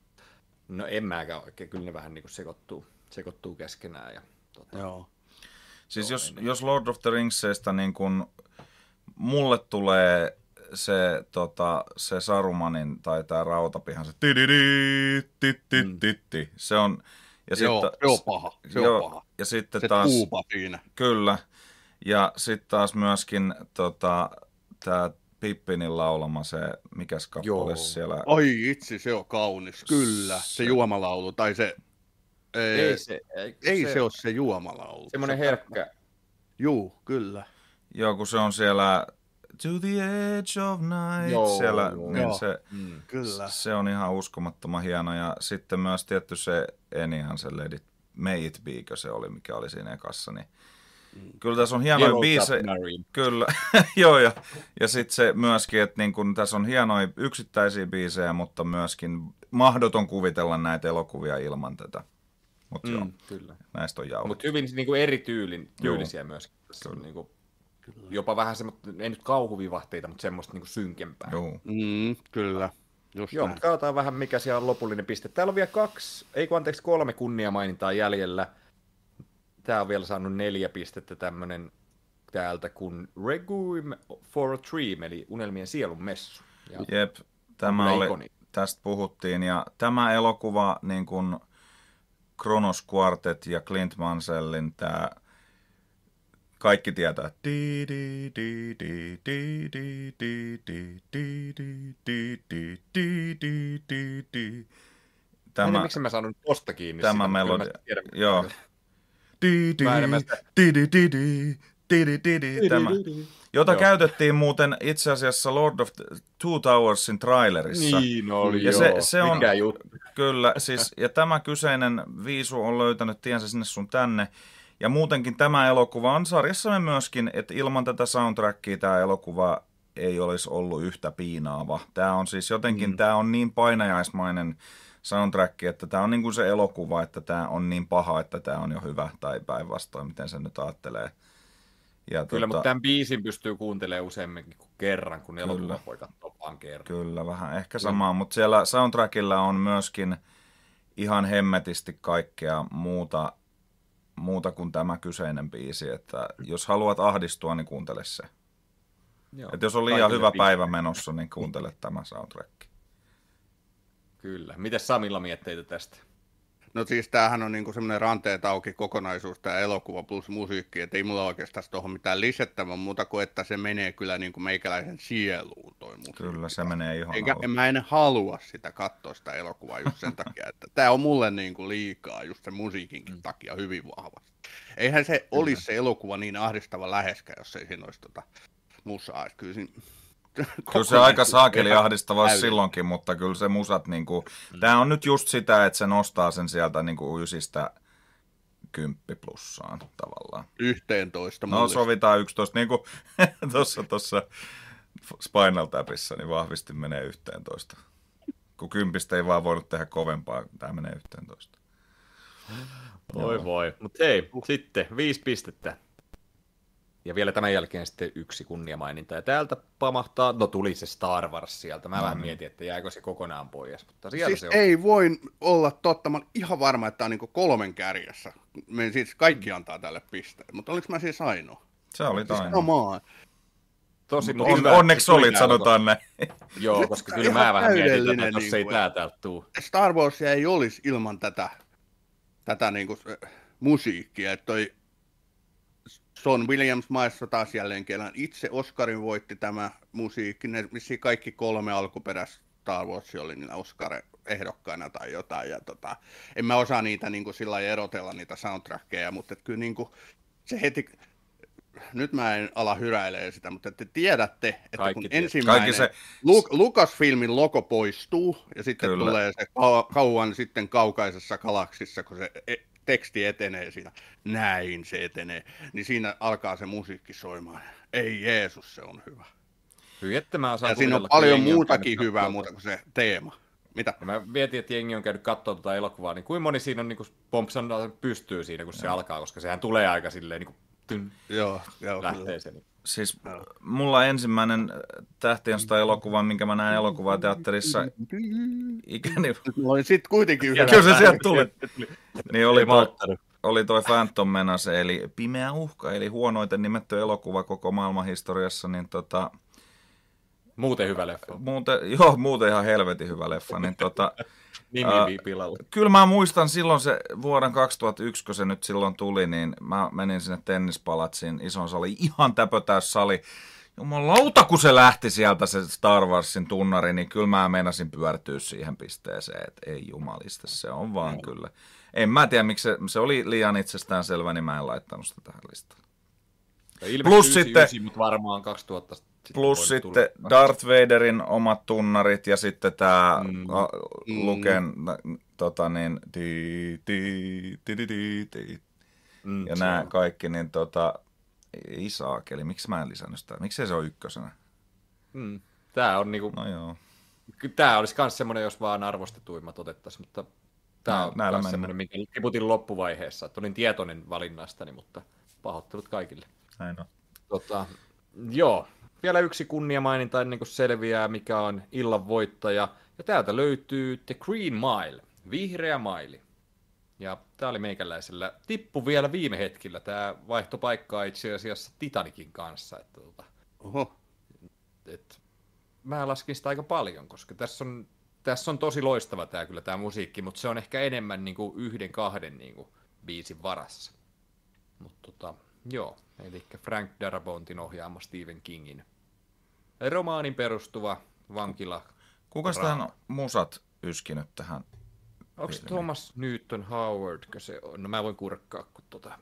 No en mäkään oikein, kyllä ne vähän niin kuin sekoittuu, sekoittuu keskenään. Ja, tota, Joo. Siis jos, jos Lord of the Ringsista niin kun mulle tulee se, tota, se Sarumanin tai tämä rautapihan, se tididi, titti, se on... Ja Joo, sitten, se on paha, se jo, on paha. Ja sitten se taas, tuupa siinä. Kyllä, ja sitten taas myöskin tota, tämä Pippinin laulama, se, mikäs kappale siellä... Ai itse, se on kaunis, kyllä, se, se juomalaulu, tai se... Ei, ei se, ei, ei se, se ole se juomalaulu. Semmoinen herkkä. Juu, kyllä. Joo, kun se on siellä To the Edge of Night, joo, siellä, joo, niin joo. Se, mm, kyllä. Se on ihan uskomattoman hieno. Ja sitten myös tietty se Enihan, se Let It, May It Be, se oli, mikä oli siinä ekassa, niin mm. kyllä tässä on hienoja biisejä. Kyllä, joo, ja, ja sitten se myöskin, että niin kun tässä on hienoja yksittäisiä biisejä, mutta myöskin mahdoton kuvitella näitä elokuvia ilman tätä. Mut mm, joo, kyllä. Näistä on jauhettu. Mutta hyvin niin kuin eri tyylin, tyylisiä myöskin. Niin kuin, jopa vähän semmoista, ei nyt kauhuvivahteita, mutta semmoista niin kuin synkempää. Joo. Mm, kyllä. Just joo, mutta katsotaan vähän, mikä siellä on lopullinen piste. Täällä on vielä kaksi, ei kun anteeksi kolme kunniamainintaa jäljellä. Tää on vielä saanut neljä pistettä tämmönen täältä kuin Requiem for a Dream, eli Unelmien sielun messu. Ja jep, tämä oli, ikoni. Tästä puhuttiin, ja tämä elokuva, niin kuin Kronos Quartet ja Clint Mansellin, tämä kaikki tietää. Tämä, miksi mä sanon tosta kiinni? Tämä melodia, joo. Tämä, jota joo. käytettiin muuten itse asiassa Lord of the Two Towersin trailerissa. Niin oli, ja joo. Se, se on, mikä juttu. Kyllä, siis, ja tämä kyseinen viisu on löytänyt tiensä sinne sun tänne. Ja muutenkin tämä elokuva on sarjassamme myöskin, että ilman tätä soundtrackia tämä elokuva ei olisi ollut yhtä piinaava. Tämä on siis jotenkin, mm. tämä on niin painajaismainen soundtrack, että tämä on niin kuin se elokuva, että tämä on niin paha, että tämä on jo hyvä, tai päinvastoin, miten se nyt ajattelee. Ja kyllä, tuota, mutta tämän biisin pystyy kuuntelemaan useamminkin kuin kerran, kun elokuva voi katsoa vaan kerran. Kyllä, vähän ehkä samaa, mutta siellä soundtrackilla on myöskin ihan hemmetisti kaikkea muuta, muuta kuin tämä kyseinen biisi, että jos haluat ahdistua, niin kuuntele se. Joo, että jos on liian hyvä biisi. Päivä menossa, niin kuuntele tämä soundtrack. Kyllä. Mites Samilla mietteitä tästä? No siis tämähän on niinku semmoinen ranteet auki kokonaisuus, tämä elokuva plus musiikki, että ei mulla oikeastaan tuohon mitään lisättävää muuta kuin, että se menee kyllä niinku meikäläisen sieluun toi musiikki. Kyllä, se menee ihan Eikä, en mä en halua sitä katsoa sitä elokuvaa just sen takia, että tämä on mulle niinku liikaa just sen musiikinkin mm. takia hyvin vahvasti. Eihän se kyllä. olisi se elokuva niin ahdistava läheskään, jos ei siinä olisi tota musaa. Kyllä siinä... Kyllä se aika saakeli ahdistava silloinkin, mutta kyllä se musat, niin kuin, mm. tämä on nyt just sitä, että se nostaa sen sieltä niin kuin ysistä kymppi plussaan tavallaan. Yhteentoista. No sovitaan yksitoista, niin kuin tuossa, tuossa Spinal Tapissa, niin vahvasti menee yhteentoista. Kun kympistä ei vaan voinut tehdä kovempaa, tämä menee yhteentoista. Voi Joo. voi, mutta hei, sitten viisi pistettä. Ja vielä tämän jälkeen sitten yksi kunniamaininta. Ja täältä pamahtaa, no tuli se Star Wars sieltä. Mä no, vähän niin. mietin, että jääkö se kokonaan pois. Mutta siis se on. Ei voi olla totta. Mä olen ihan varma, että tämä on niin kolmen kärjessä. Me siis kaikki antaa tälle pisteen. Mutta oliko mä siis ainoa? Se oli siis ainoa. Tosi, on, hyvä, onneksi olit, sanotaan näin. Joo, koska kyllä mä vähän mietin, että jos ei tää täältä tuu. Star Wars ei olisi ilman tätä, tätä niin kuin, musiikkia. Että toi John Williams maissa taas jälleen kerran itse Oscarin voitti tämä musiikki. Ne vissiin kaikki kolme alkuperäistä Star Wars oli niillä Oscar-ehdokkaina tai jotain. Ja tota, en mä osaa niitä niin kuin sillä lailla erotella niitä soundtrackeja, mutta kyllä niin kuin, se heti... Nyt mä en ala hyräilee sitä, mutta te tiedätte, että kaikki kun tiedät. ensimmäinen se... Lu- Lucasfilmin logo poistuu ja sitten kyllä. tulee se kau- kauan sitten kaukaisessa galaksissa, kun se teksti etenee siinä, näin se etenee, niin siinä alkaa se musiikki soimaan. Ei Jeesus, se on hyvä. Kyllä, että mä osaan Ja siinä on kuvitella, kun paljon jengi on muutakin käynyt hyvää kattoo muuta kuin se teema. Mitä? Ja mä mietin, että jengi on käynyt katsoa tuota elokuvaa, niin kuinka moni siinä on niin pompsannut pystyy siinä, kun se Joo. alkaa, koska sehän tulee aika silleen niin kuin tyn, Joo, joo. lähtee se. Niin. Siis Joo. mulla ensimmäinen Tähtiensota elokuva, minkä mä näin elokuvateatterissa ikäni... Mulla oli sit kuitenkin yhä. Kyllä se sieltä tuli. Niin oli Ei toi, malttanut. oli toi Phantom Menace, eli Pimeä uhka, eli huonoiten nimetty elokuva koko maailmanhistoriassa, niin tota... Muuten hyvä leffa. Muuten, joo, muuten ihan helvetin hyvä leffa, niin tota... Nimi ää, vii pilalle. Kyllä mä muistan silloin se vuoden kaksituhattayksi, kun se nyt silloin tuli, niin mä menin sinne tennispalatsiin, ison sali, ihan täpötäys sali. Jumalauta, kun se lähti sieltä se Star Warsin tunnari, niin kyllä mä meinasin pyörtyä siihen pisteeseen, että ei jumalista, se on vaan no. kyllä. En mä tiedä, miksi se, se oli liian itsestäänselvä, niin mä en laittanut sitä tähän listaan. Plus sitten, mutta varmaan kaksituhatta plus sitten Darth Vaderin omat tunnarit ja sitten tämä Mm. mm. Luken tota niin, ti, ti, ti, ti, ti, ti. Mm, ja se nämä on. kaikki, niin tota, ei saakeli, miksi mä en lisännyt sitä? Miksei se ole ykkösenä? Mm. Tää on niinku, No joo. tää olisi kans semmonen, jos vaan arvostetuimmat otettaisiin, mutta tää Nä- on näillä kans mennään. semmonen, minkä tiputin loppuvaiheessa, että olin tietoinen valinnastani, mutta pahoittelut kaikille. Näin on. Tota, joo, vielä yksi kunniamaininta ennen kuin selviää, mikä on illan voittaja. Ja täältä löytyy The Green Mile, vihreä maili. Ja tää oli meikäläisellä. Tippu vielä viime hetkillä. Tää vaihtoi paikkaa itse asiassa Titanicin kanssa. Että, tota, Oho. et, mä laskin sitä aika paljon, koska tässä on, tässä on tosi loistava tää kyllä tää musiikki, mutta se on ehkä enemmän niinku yhden kahden niinku biisin varassa. Mutta tota, joo, eli Frank Darabonttin ohjaama Stephen Kingin romaanin perustuva vankila. Kukas Draama. tähän on musat yskinyt tähän? Onko filmiin? Thomas Newton Howard, se on? No mä voin kurkkaa, kun tota...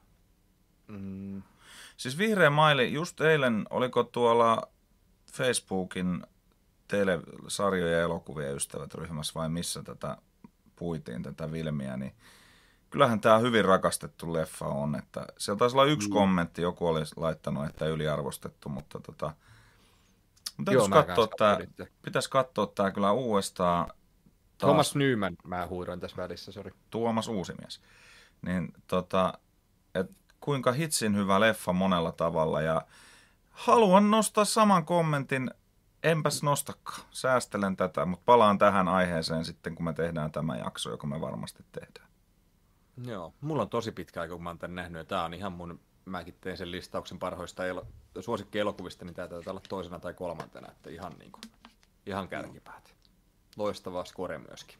Mm, Siis vihreä maili, just eilen, oliko tuolla Facebookin teille sarjojen ja elokuvien ystävät ryhmässä vai missä tätä puitiin, tätä filmiä, niin kyllähän tämä hyvin rakastettu leffa on, että siellä taisi olla yksi mm. kommentti, joku oli laittanut, että yliarvostettu, mutta tota, mutta joo, pitäisi mä katsoa kans tämä, katsoin itse. pitäisi katsoa tämä kyllä uudestaan. Taas Thomas Newman, mä huiroin tässä välissä, sori. Tuomas Uusimies. Niin tota, et kuinka hitsin hyvä leffa monella tavalla ja haluan nostaa saman kommentin, enpäs nostakaan, säästelen tätä, mutta palaan tähän aiheeseen sitten, kun me tehdään tämä jakso, joka me varmasti tehdään. Joo, mulla on tosi pitkä aika, kun mä oon tän nähnyt, ja tää on ihan mun, mäkin tein sen listauksen parhoista elo, suosikkielokuvista, niin tää täytyy olla toisena tai kolmantena, että ihan niinku, ihan kärkipäät. Loistava score myöskin.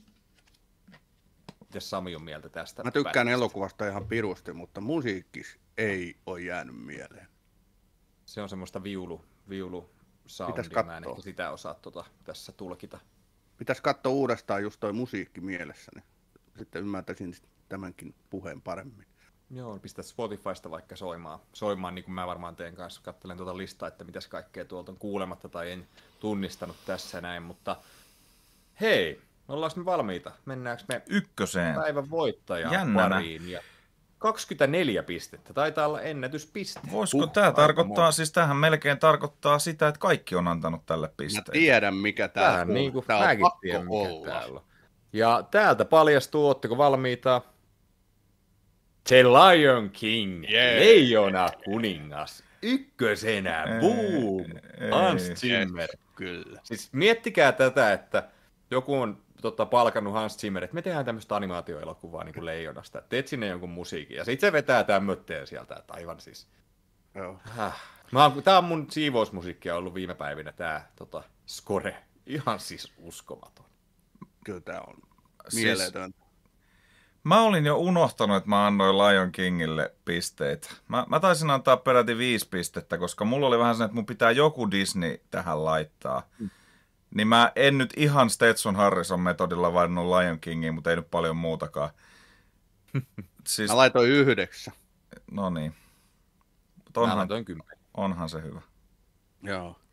Mites Sami on mieltä tästä? Mä tykkään bändistä? elokuvasta ihan pirusti, mutta musiikki ei ole jäänyt mieleen. Se on semmoista viulu, viulu Pitäis soundia, mä en kattoo. ehkä sitä osaa tota, tässä tulkita. Pitäisi katsoa uudestaan just toi musiikki mielessä, niin sitten ymmärtäisin tämänkin puheen paremmin. Joo, pistä Spotifysta vaikka soimaan, soimaan niin kuin mä varmaan teen kanssa, katselen tuota listaa, että mitäs kaikkea tuolta on kuulematta tai en tunnistanut tässä näin, mutta hei, ollaanko me valmiita? Mennäänkö me Ykköseen. päivän voittajaan Jännänä. pariin? Ja kaksikymmentäneljä pistettä, taitaa olla ennätyspiste. Voisiko Huh, tämä aika tarkoittaa, monta. siis tämähän melkein tarkoittaa sitä, että kaikki on antanut tälle Mä pisteitä. tiedän, mikä tää Tähän on. niin kuin Tää on mäkin pakko tiedän, mikä olla. täällä on. Ja täältä paljastuu, ootteko valmiita? The Lion King, Yeah. Leijona kuningas, ykkösenä, Ei, boom, ei. Hans Zimmer. Kyllä. Siis miettikää tätä, että joku on tota, palkannut Hans Zimmer, että me tehdään tämmöistä animaatioelokuvaa niin kuin Leijonasta, teet sinne jonkun musiikin, ja sitten se vetää tämmötteen sieltä, että aivan siis. Joo. Häh. Mä oon, tää on mun siivousmusiikkia ollut viime päivinä, tää tota, score, ihan siis uskomaton. Kyllä tää on Siis- mieletön. Mä olin jo unohtanut, että mä annoin Lion Kingille pisteitä. Mä, mä taisin antaa peräti viisi pistettä, koska mulla oli vähän sen, että mun pitää joku Disney tähän laittaa. Mm. Niin mä en nyt ihan Stetson Harrison metodilla valinnut Lion Kingiin, mutta ei nyt paljon muutakaan. Siis, Mä laitoin yhdeksän. no niin. Mut Mä Onhan, laitoin kymmenen. onhan se hyvä. Joo.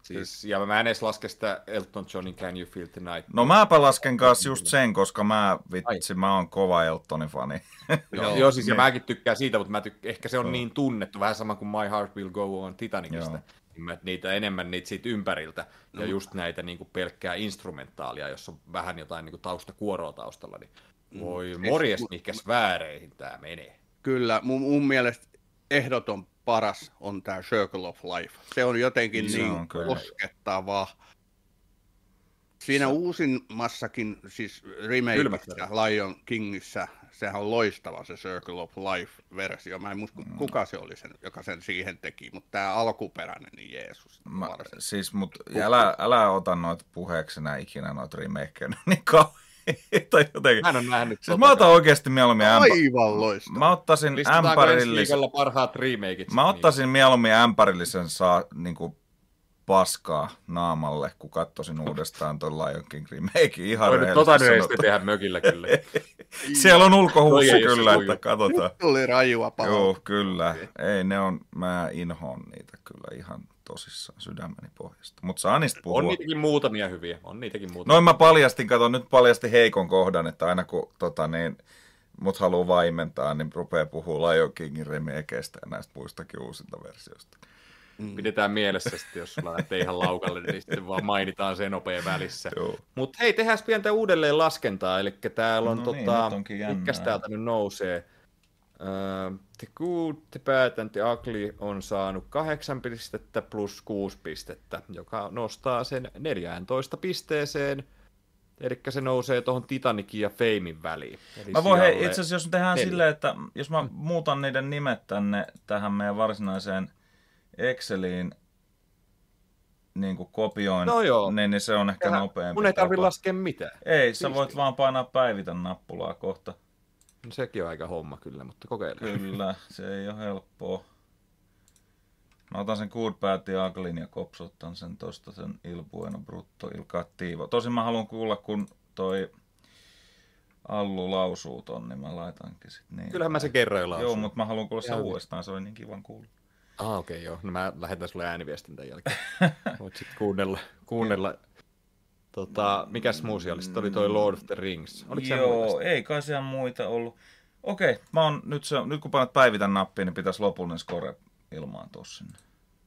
Siis, ja mä en edes laske sitä Elton Johnin Can You Feel the Night. No mäpä lasken kanssa just sen, koska mä vitsi, Ai. mä oon kova Eltonin fani. Joo, joo siis ja mäkin tykkään siitä, mutta mä tyk- ehkä se on joo. niin tunnettu, vähän sama kuin My Heart Will Go On Titanicista. Niin niitä enemmän niitä siitä ympäriltä, ja mm. just näitä niin kuin pelkkää instrumentaalia, jossa on vähän jotain niin kuin taustakuoroa taustalla, niin voi mm. morjes, mikäs vääreihin tää menee. Kyllä, mun, mun mielestä ehdoton paras on tää Circle of Life. Se on jotenkin se niin on koskettavaa. Siinä uusimmassakin, siis remakeissa, Lion Kingissä, sehän on loistava se Circle of Life-versio. Mä en muista, mm. kuka se oli sen, joka sen siihen teki, mutta tämä alkuperäinen, niin Jeesus. Mä, siis, mut, älä, älä ota noita puheeksi enää ikinä noita remakeja, niin kauhean. Tai jotenkin. Mä en ole nähnyt. Siis mä otan oikeasti mieluummin ämpä... Aivan loistava. Mä ottaisin ämpärillisen... parhaat remakeit. Mä ottaisin niin. mieluummin ämpärillisen saa niinku paskaa naamalle, kun katsoisin uudestaan ton Lion King remake. Ihan rehellisesti tota nyt ei sitten tehdä mökillä kyllä. Siellä on ulkohuussi kyllä, että katsotaan. Tuli rajua paljon. Joo, kyllä. Ei, ne on, mä inhoon niitä kyllä ihan tosissaan sydämeni pohjasta. Mutta saa niistä puhua. On niitäkin muutamia hyviä. On niitäkin muutamia. Noin mä paljastin, kato, nyt paljastin heikon kohdan, että aina kun tota, niin, mut haluaa vaimentaa, niin rupeaa puhua Lion Kingin remakeista ja näistä muistakin uusinta versioista. Mm. Pidetään mielessä sitten, jos sulla lähtee ihan laukalle, niin sitten vaan mainitaan se nopea välissä. Mutta hei, tehdään pientä uudelleen laskentaa, eli täällä on, no tota, niin, mitkäs täältä nyt nousee. Uh, the Good, The Bad and The Ugly on saanut kahdeksan pistettä plus kuusi pistettä, joka nostaa sen neljääntoista pisteeseen. Eli se nousee tuohon Titanicin ja Famein väliin. Eli mä voin, hei, itse asiassa jos me tehdään neljä. silleen, että jos mä muutan niiden nimet tänne tähän meidän varsinaiseen Exceliin niin kuin kopioin, no niin, niin se on ehkä ja nopeampi. Mun ei tarvitse laskea mitään. Ei, sä voit vaan painaa päivitä nappulaa kohta. No, sekin on aika homma kyllä, mutta kokeillaan. Kyllä, se ei ole helppoa. Mä otan sen Good, Bad ja Uglyn ja kopsuttan sen tosta sen Il Bueno, Brutto, Il Cattivo. Tosin mä haluan kuulla, kun toi Allu lausuu ton, niin mä laitankin sit niin. Kyllähän mä se kerroin lausun. Joo, mutta mä haluan kuulla se uudestaan, se oli niin kivan kuulla. Ah, okei, okay, joo. No mä lähetän sulle ääniviestin tämän jälkeen. Voit sit kuunnella, kuunnella. Tota, mikäs muu siellä sitten oli toi Lord of the Rings? Oliko joo, ei kai siellä muita ollut. Okei, okay, mä oon, nyt, se, nyt kun painat päivitän nappiin, niin pitäisi lopullinen score ilmaan tuossa sinne.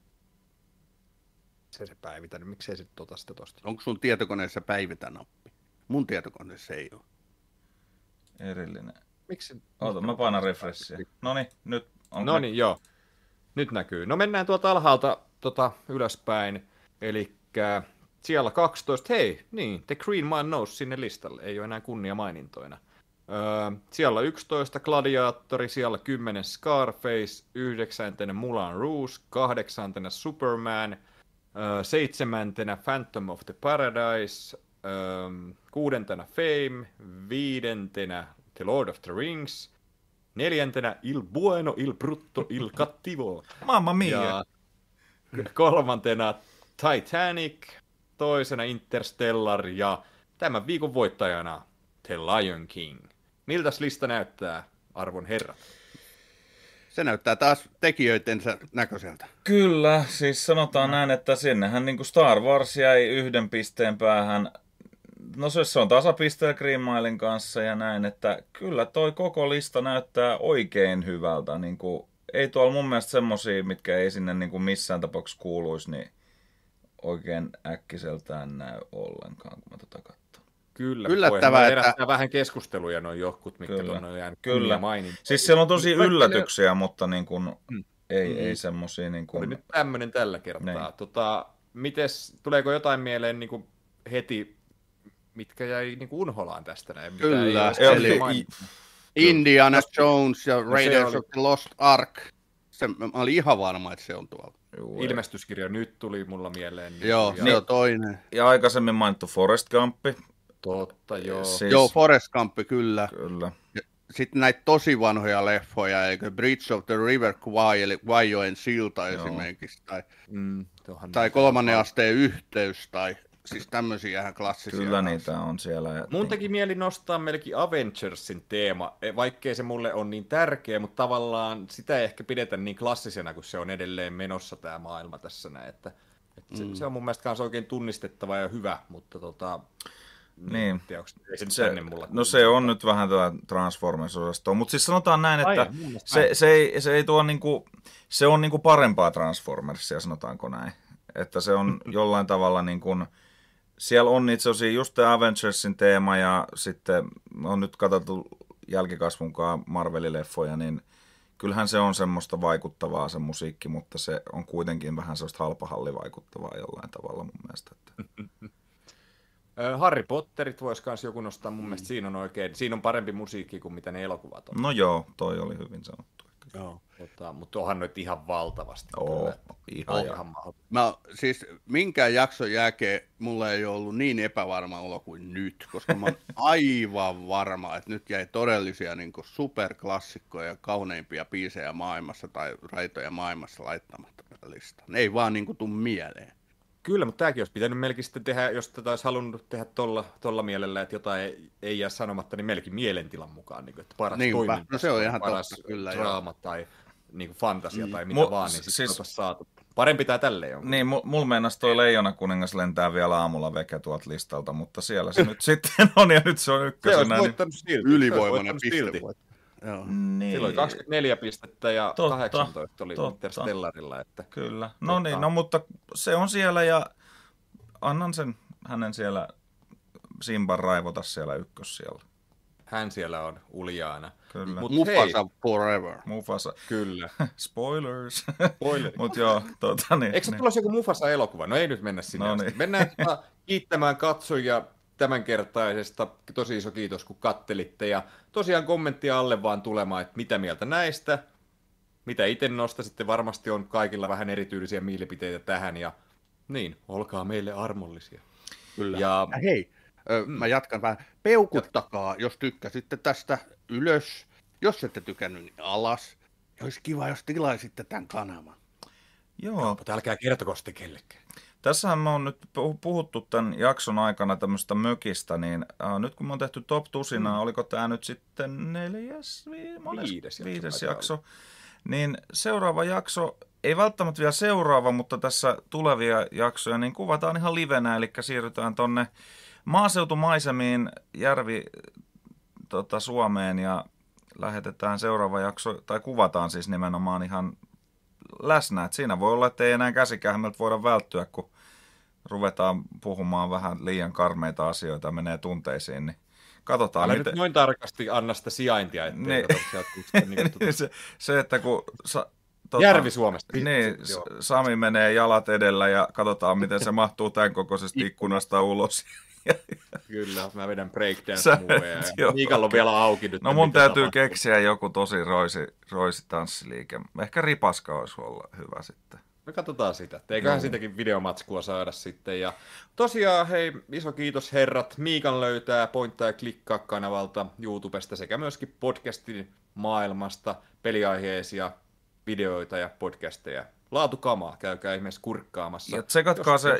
Se se päivitänyt, miksei se tota sitä tosta? Onko sun tietokoneessa päivitä nappi? Mun tietokoneessa ei ole. Erillinen. Miksi? Oota, mä painan refreshia. Noniin, nyt on. Noniin, joo. Nyt näkyy. No mennään tuolta alhaalta tota, ylöspäin. Elikkä siellä kaksitoista. Hei, niin, The Green Mile nousi sinne listalle. Ei ole enää kunnia mainintoina. Öö, siellä yksitoista Gladiatori, siellä kymmenen Scarface, yhdeksäntenä Moulin Rouge, kahdeksantena Superman, öö, seitsemäntenä Phantom of the Paradise, öö, kuudentena Fame, viidentenä The Lord of the Rings, neljäntenä Il Bueno, Il Brutto, Il Cattivo. Mamma mia! Ja kolmantena Titanic, toisena Interstellar ja tämän viikon voittajana The Lion King. Miltäs lista näyttää, arvon herrat? Se näyttää taas tekijöitensä näköiseltä. Kyllä, siis sanotaan näin, että sinnehän niin kuin Star Wars jäi yhden pisteen päähän. No se on tasapisteen Green Milen kanssa ja näin, että kyllä toi koko lista näyttää oikein hyvältä. Niin kuin, ei tuolla mun mielestä semmosia, mitkä ei sinne niin kuin missään tapauksessa kuuluisi, niin oikein äkkiseltään näy ollenkaan, kun mä tota katson. Kyllä, yllättävää, että herättää vähän keskusteluja noin johkut, mitkä tuonne on jäänyt kyllä. mainintoja. Siis siellä on tosi yllätyksiä, ne... mutta niin kuin, hmm. ei, hmm. ei semmosia niin kuin... Oli nyt tämmönen tällä kertaa. Tota, mites, tuleeko jotain mieleen niin kuin heti, mitkä jäi niin kuin unholaan tästä näin? Kyllä, eli Indiana Jones ja Raiders of the Lost Ark. Se, mä olin ihan varma, että se on tuolla. Juu, ilmestyskirja nyt tuli mulla mieleen. Niin joo, ja, se on toinen. Ja aikaisemmin mainittu Forrest Gump. Totta, joo. Siis... Joo, Forrest Gump, kyllä. Kyllä. Sitten näitä tosi vanhoja leffoja, eikö Bridge of the River Kwai, eli Kwaijoen silta joo. esimerkiksi, tai, mm, tai kolmannen asteen yhteys, tai siis tämmöisiä ihan klassisia. Kyllä niitä on siellä. Mun teki mieli nostaa melkein Avengersin teema, vaikkei se mulle on niin tärkeä, mutta tavallaan sitä ei ehkä pidetä niin klassisena, kun se on edelleen menossa tämä maailma tässä näin, että, että Se, mm. se on mun mielestä kanssa oikein tunnistettava ja hyvä, mutta tota... Niin. Tiedä, ei se, se mulla no se on nyt vähän tätä Transformers-osastoa, mutta siis sanotaan näin, että Ai, se, se, ei, se ei tuo niinku, se on niinku parempaa Transformersia, sanotaanko näin. Että se on jollain tavalla niin kuin, siellä on itse asiassa just tämä Avengersin teema ja sitten on nyt katsottu jälkikasvunkaan Marvelin-leffoja, niin kyllähän se on semmoista vaikuttavaa se musiikki, mutta se on kuitenkin vähän sellaista halpahallivaikuttavaa jollain tavalla mun mielestä. Harry Potterit voisi myös joku nostaa, mun mielestä siinä on oikein, siinä on parempi musiikki kuin mitä ne elokuvat on. No joo, toi oli hyvin sanottu. Joo. Tota, mutta onhan nyt ihan valtavasti. Oo, kyllä. ihan, ihan Mä, siis minkään jakson jälkeen mulla ei ollut niin epävarma olo kuin nyt, koska mä oon aivan varma, että nyt jäi todellisia niin kuin superklassikkoja ja kauneimpia biisejä maailmassa tai raitoja maailmassa laittamatta tätä listaa. Ne ei vaan niin kuin tuu mieleen. Kyllä, mutta tämäkin olisi pitänyt melkein sitten tehdä, jos tätä olisi halunnut tehdä tolla, tolla mielellä, että jotain ei, ei jää sanomatta, niin melkein mielentilan mukaan. Niin kuin, että paras Niinpä. toiminta, No se on ihan paras totta, kyllä, draama joo. Tai niin kuin fantasia mm. tai mitä Mul, vaan, niin sitten siis, oltaisiin saatu. Parempi tää tälleen on. Niin, mulla meinasi toi Leijona kuningas lentää vielä aamulla veke tuolta listalta, mutta siellä se nyt sitten on ja nyt se on ykkösenä. Se olisi voittanut silti. Ylivoimainen piste. Joo. Niin. Silloin kaksikymmentäneljä pistettä ja totta, kahdeksantoista oli totta. Interstellarilla. Että... Kyllä. No totta. Niin, no mutta se on siellä ja annan sen hänen siellä Simban raivota siellä ykkös siellä. Hän siellä on uljaana. Kyllä. Mut Mufasa hei. Forever. Mufasa. Kyllä. Spoilers. Spoilers. Mut joo, tota niin. Eikö se tulossa joku Mufasa-elokuva? No ei nyt mennä sinne. No niin. Mennään kiittämään katsojia tämänkertaisesta. Tosi iso kiitos, kun kattelitte. Ja tosiaan kommenttia alle vaan tulemaan, että mitä mieltä näistä. Mitä itse nostasitte. Varmasti on kaikilla vähän erityylisiä mielipiteitä tähän. Ja niin, olkaa meille armollisia. Kyllä. Ja, ja hei, mm. mä jatkan vähän. Peukuttakaa, jos tykkäsitte tästä ylös. Jos ette tykännyt, niin alas. Ja olisi kiva, jos tilaisitte tämän kanavan. Joo. Joo, mutta älkää kertoko sitten kellekään. Tässähän me on nyt puhuttu tämän jakson aikana tämmöistä mökistä, niin äh, nyt kun me on tehty top tusinaa, mm. oliko tämä nyt sitten neljäs, mones, viides, viides jakso, jakso niin seuraava jakso, ei välttämättä vielä seuraava, mutta tässä tulevia jaksoja, niin kuvataan ihan livenä, eli siirrytään tonne maaseutumaisemiin järvi tota, Suomeen ja lähetetään seuraava jakso, tai kuvataan siis nimenomaan ihan läsnä. Et siinä voi olla, että ei enää käsikähmältä voida välttyä, kun ruvetaan puhumaan vähän liian karmeita asioita ja menee tunteisiin, niin katsotaan. Älä miten... nyt noin tarkasti anna sitä sijaintia, ettei niin. niin tuota... se, se, että kun... Sa... Tota, Järvi-Suomesta. Niin, Sami menee jalat edellä ja katsotaan, miten se mahtuu tämän kokoisesta ikkunasta ulos. Kyllä, mä vedän breakdance-muoveja ja Miikalla on vielä auki nyt. No mun täytyy tapahtuu. keksiä joku tosi roisi, roisi tanssiliike. Ehkä ripaska olisi olla hyvä sitten. Me katsotaan sitä. Eiköhän no. siitäkin videomatskua saada sitten. Ja tosiaan hei, iso kiitos herrat. Miikan löytää Pointtaa ja klikkaa kanavalta YouTubesta sekä myöskin podcastin maailmasta, peliaiheisia videoita ja podcasteja. Laatukamaa, käykää ihmeessä kurkkaamassa. Ja tsekatkaa se,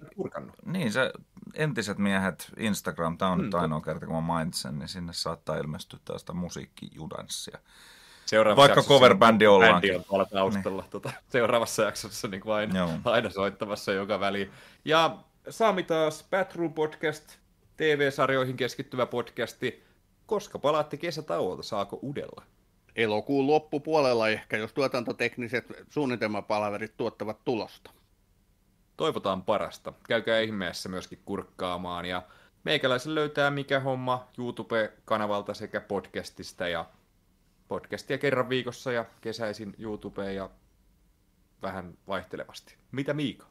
niin se entiset miehet Instagram, tämä on hmm, nyt ainoa kerta kun mä mainitsen, niin sinne saattaa ilmestyä tällaista musiikkijudanssia. Vaikka coverbändi ollaankin. On tuolla taustalla niin. tuota, seuraavassa jaksossa niin kuin aina, aina soittamassa joka väliin. Ja Sami taas, Batroom Podcast, T V-sarjoihin keskittyvä podcasti. Koska palaatte kesätauolta, saako udella? Elokuun loppupuolella ehkä, jos tuotantotekniset suunnitelmapalverit tuottavat tulosta. Toivotaan parasta. Käykää ihmeessä myöskin kurkkaamaan. Ja meikäläisen löytää Mikä Homma YouTube-kanavalta sekä podcastista. Ja podcastia kerran viikossa ja kesäisin YouTubeen ja vähän vaihtelevasti. Mitä Miika?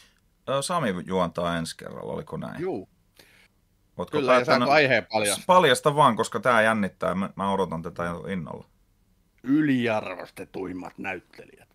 Sami juontaa ensi kerralla, oliko näin? Juu. Ootko Kyllä, ja saanko aiheen paljastaa? Paljasta vaan, koska tämä jännittää. Mä odotan tätä innolla. Yliarvostetuimmat näyttelijät.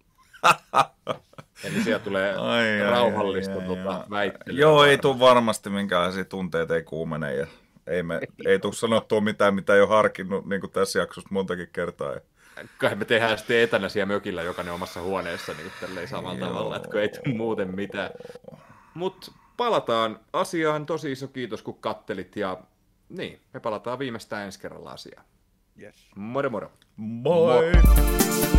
Eli siellä tulee ai, rauhallista ai, ai, tuota, väittelyä. Joo, ei tule varmasti minkälaisia tunteita, ei kuumene. Ja ei me, ei tule sanottua mitään, mitä ei ole harkinnut niin kuin tässä jaksossa montakin kertaa. Kai me tehdään sitten etänä siellä mökillä jokainen omassa huoneessa niin tälleen samalla Joo. tavalla, että kun ei tule muuten mitään. Mutta palataan asiaan. Tosi iso kiitos, kun kattelit. Ja niin, me palataan viimeistään ensi kerralla asiaan. Yes. Moro moro. Moi! Moi.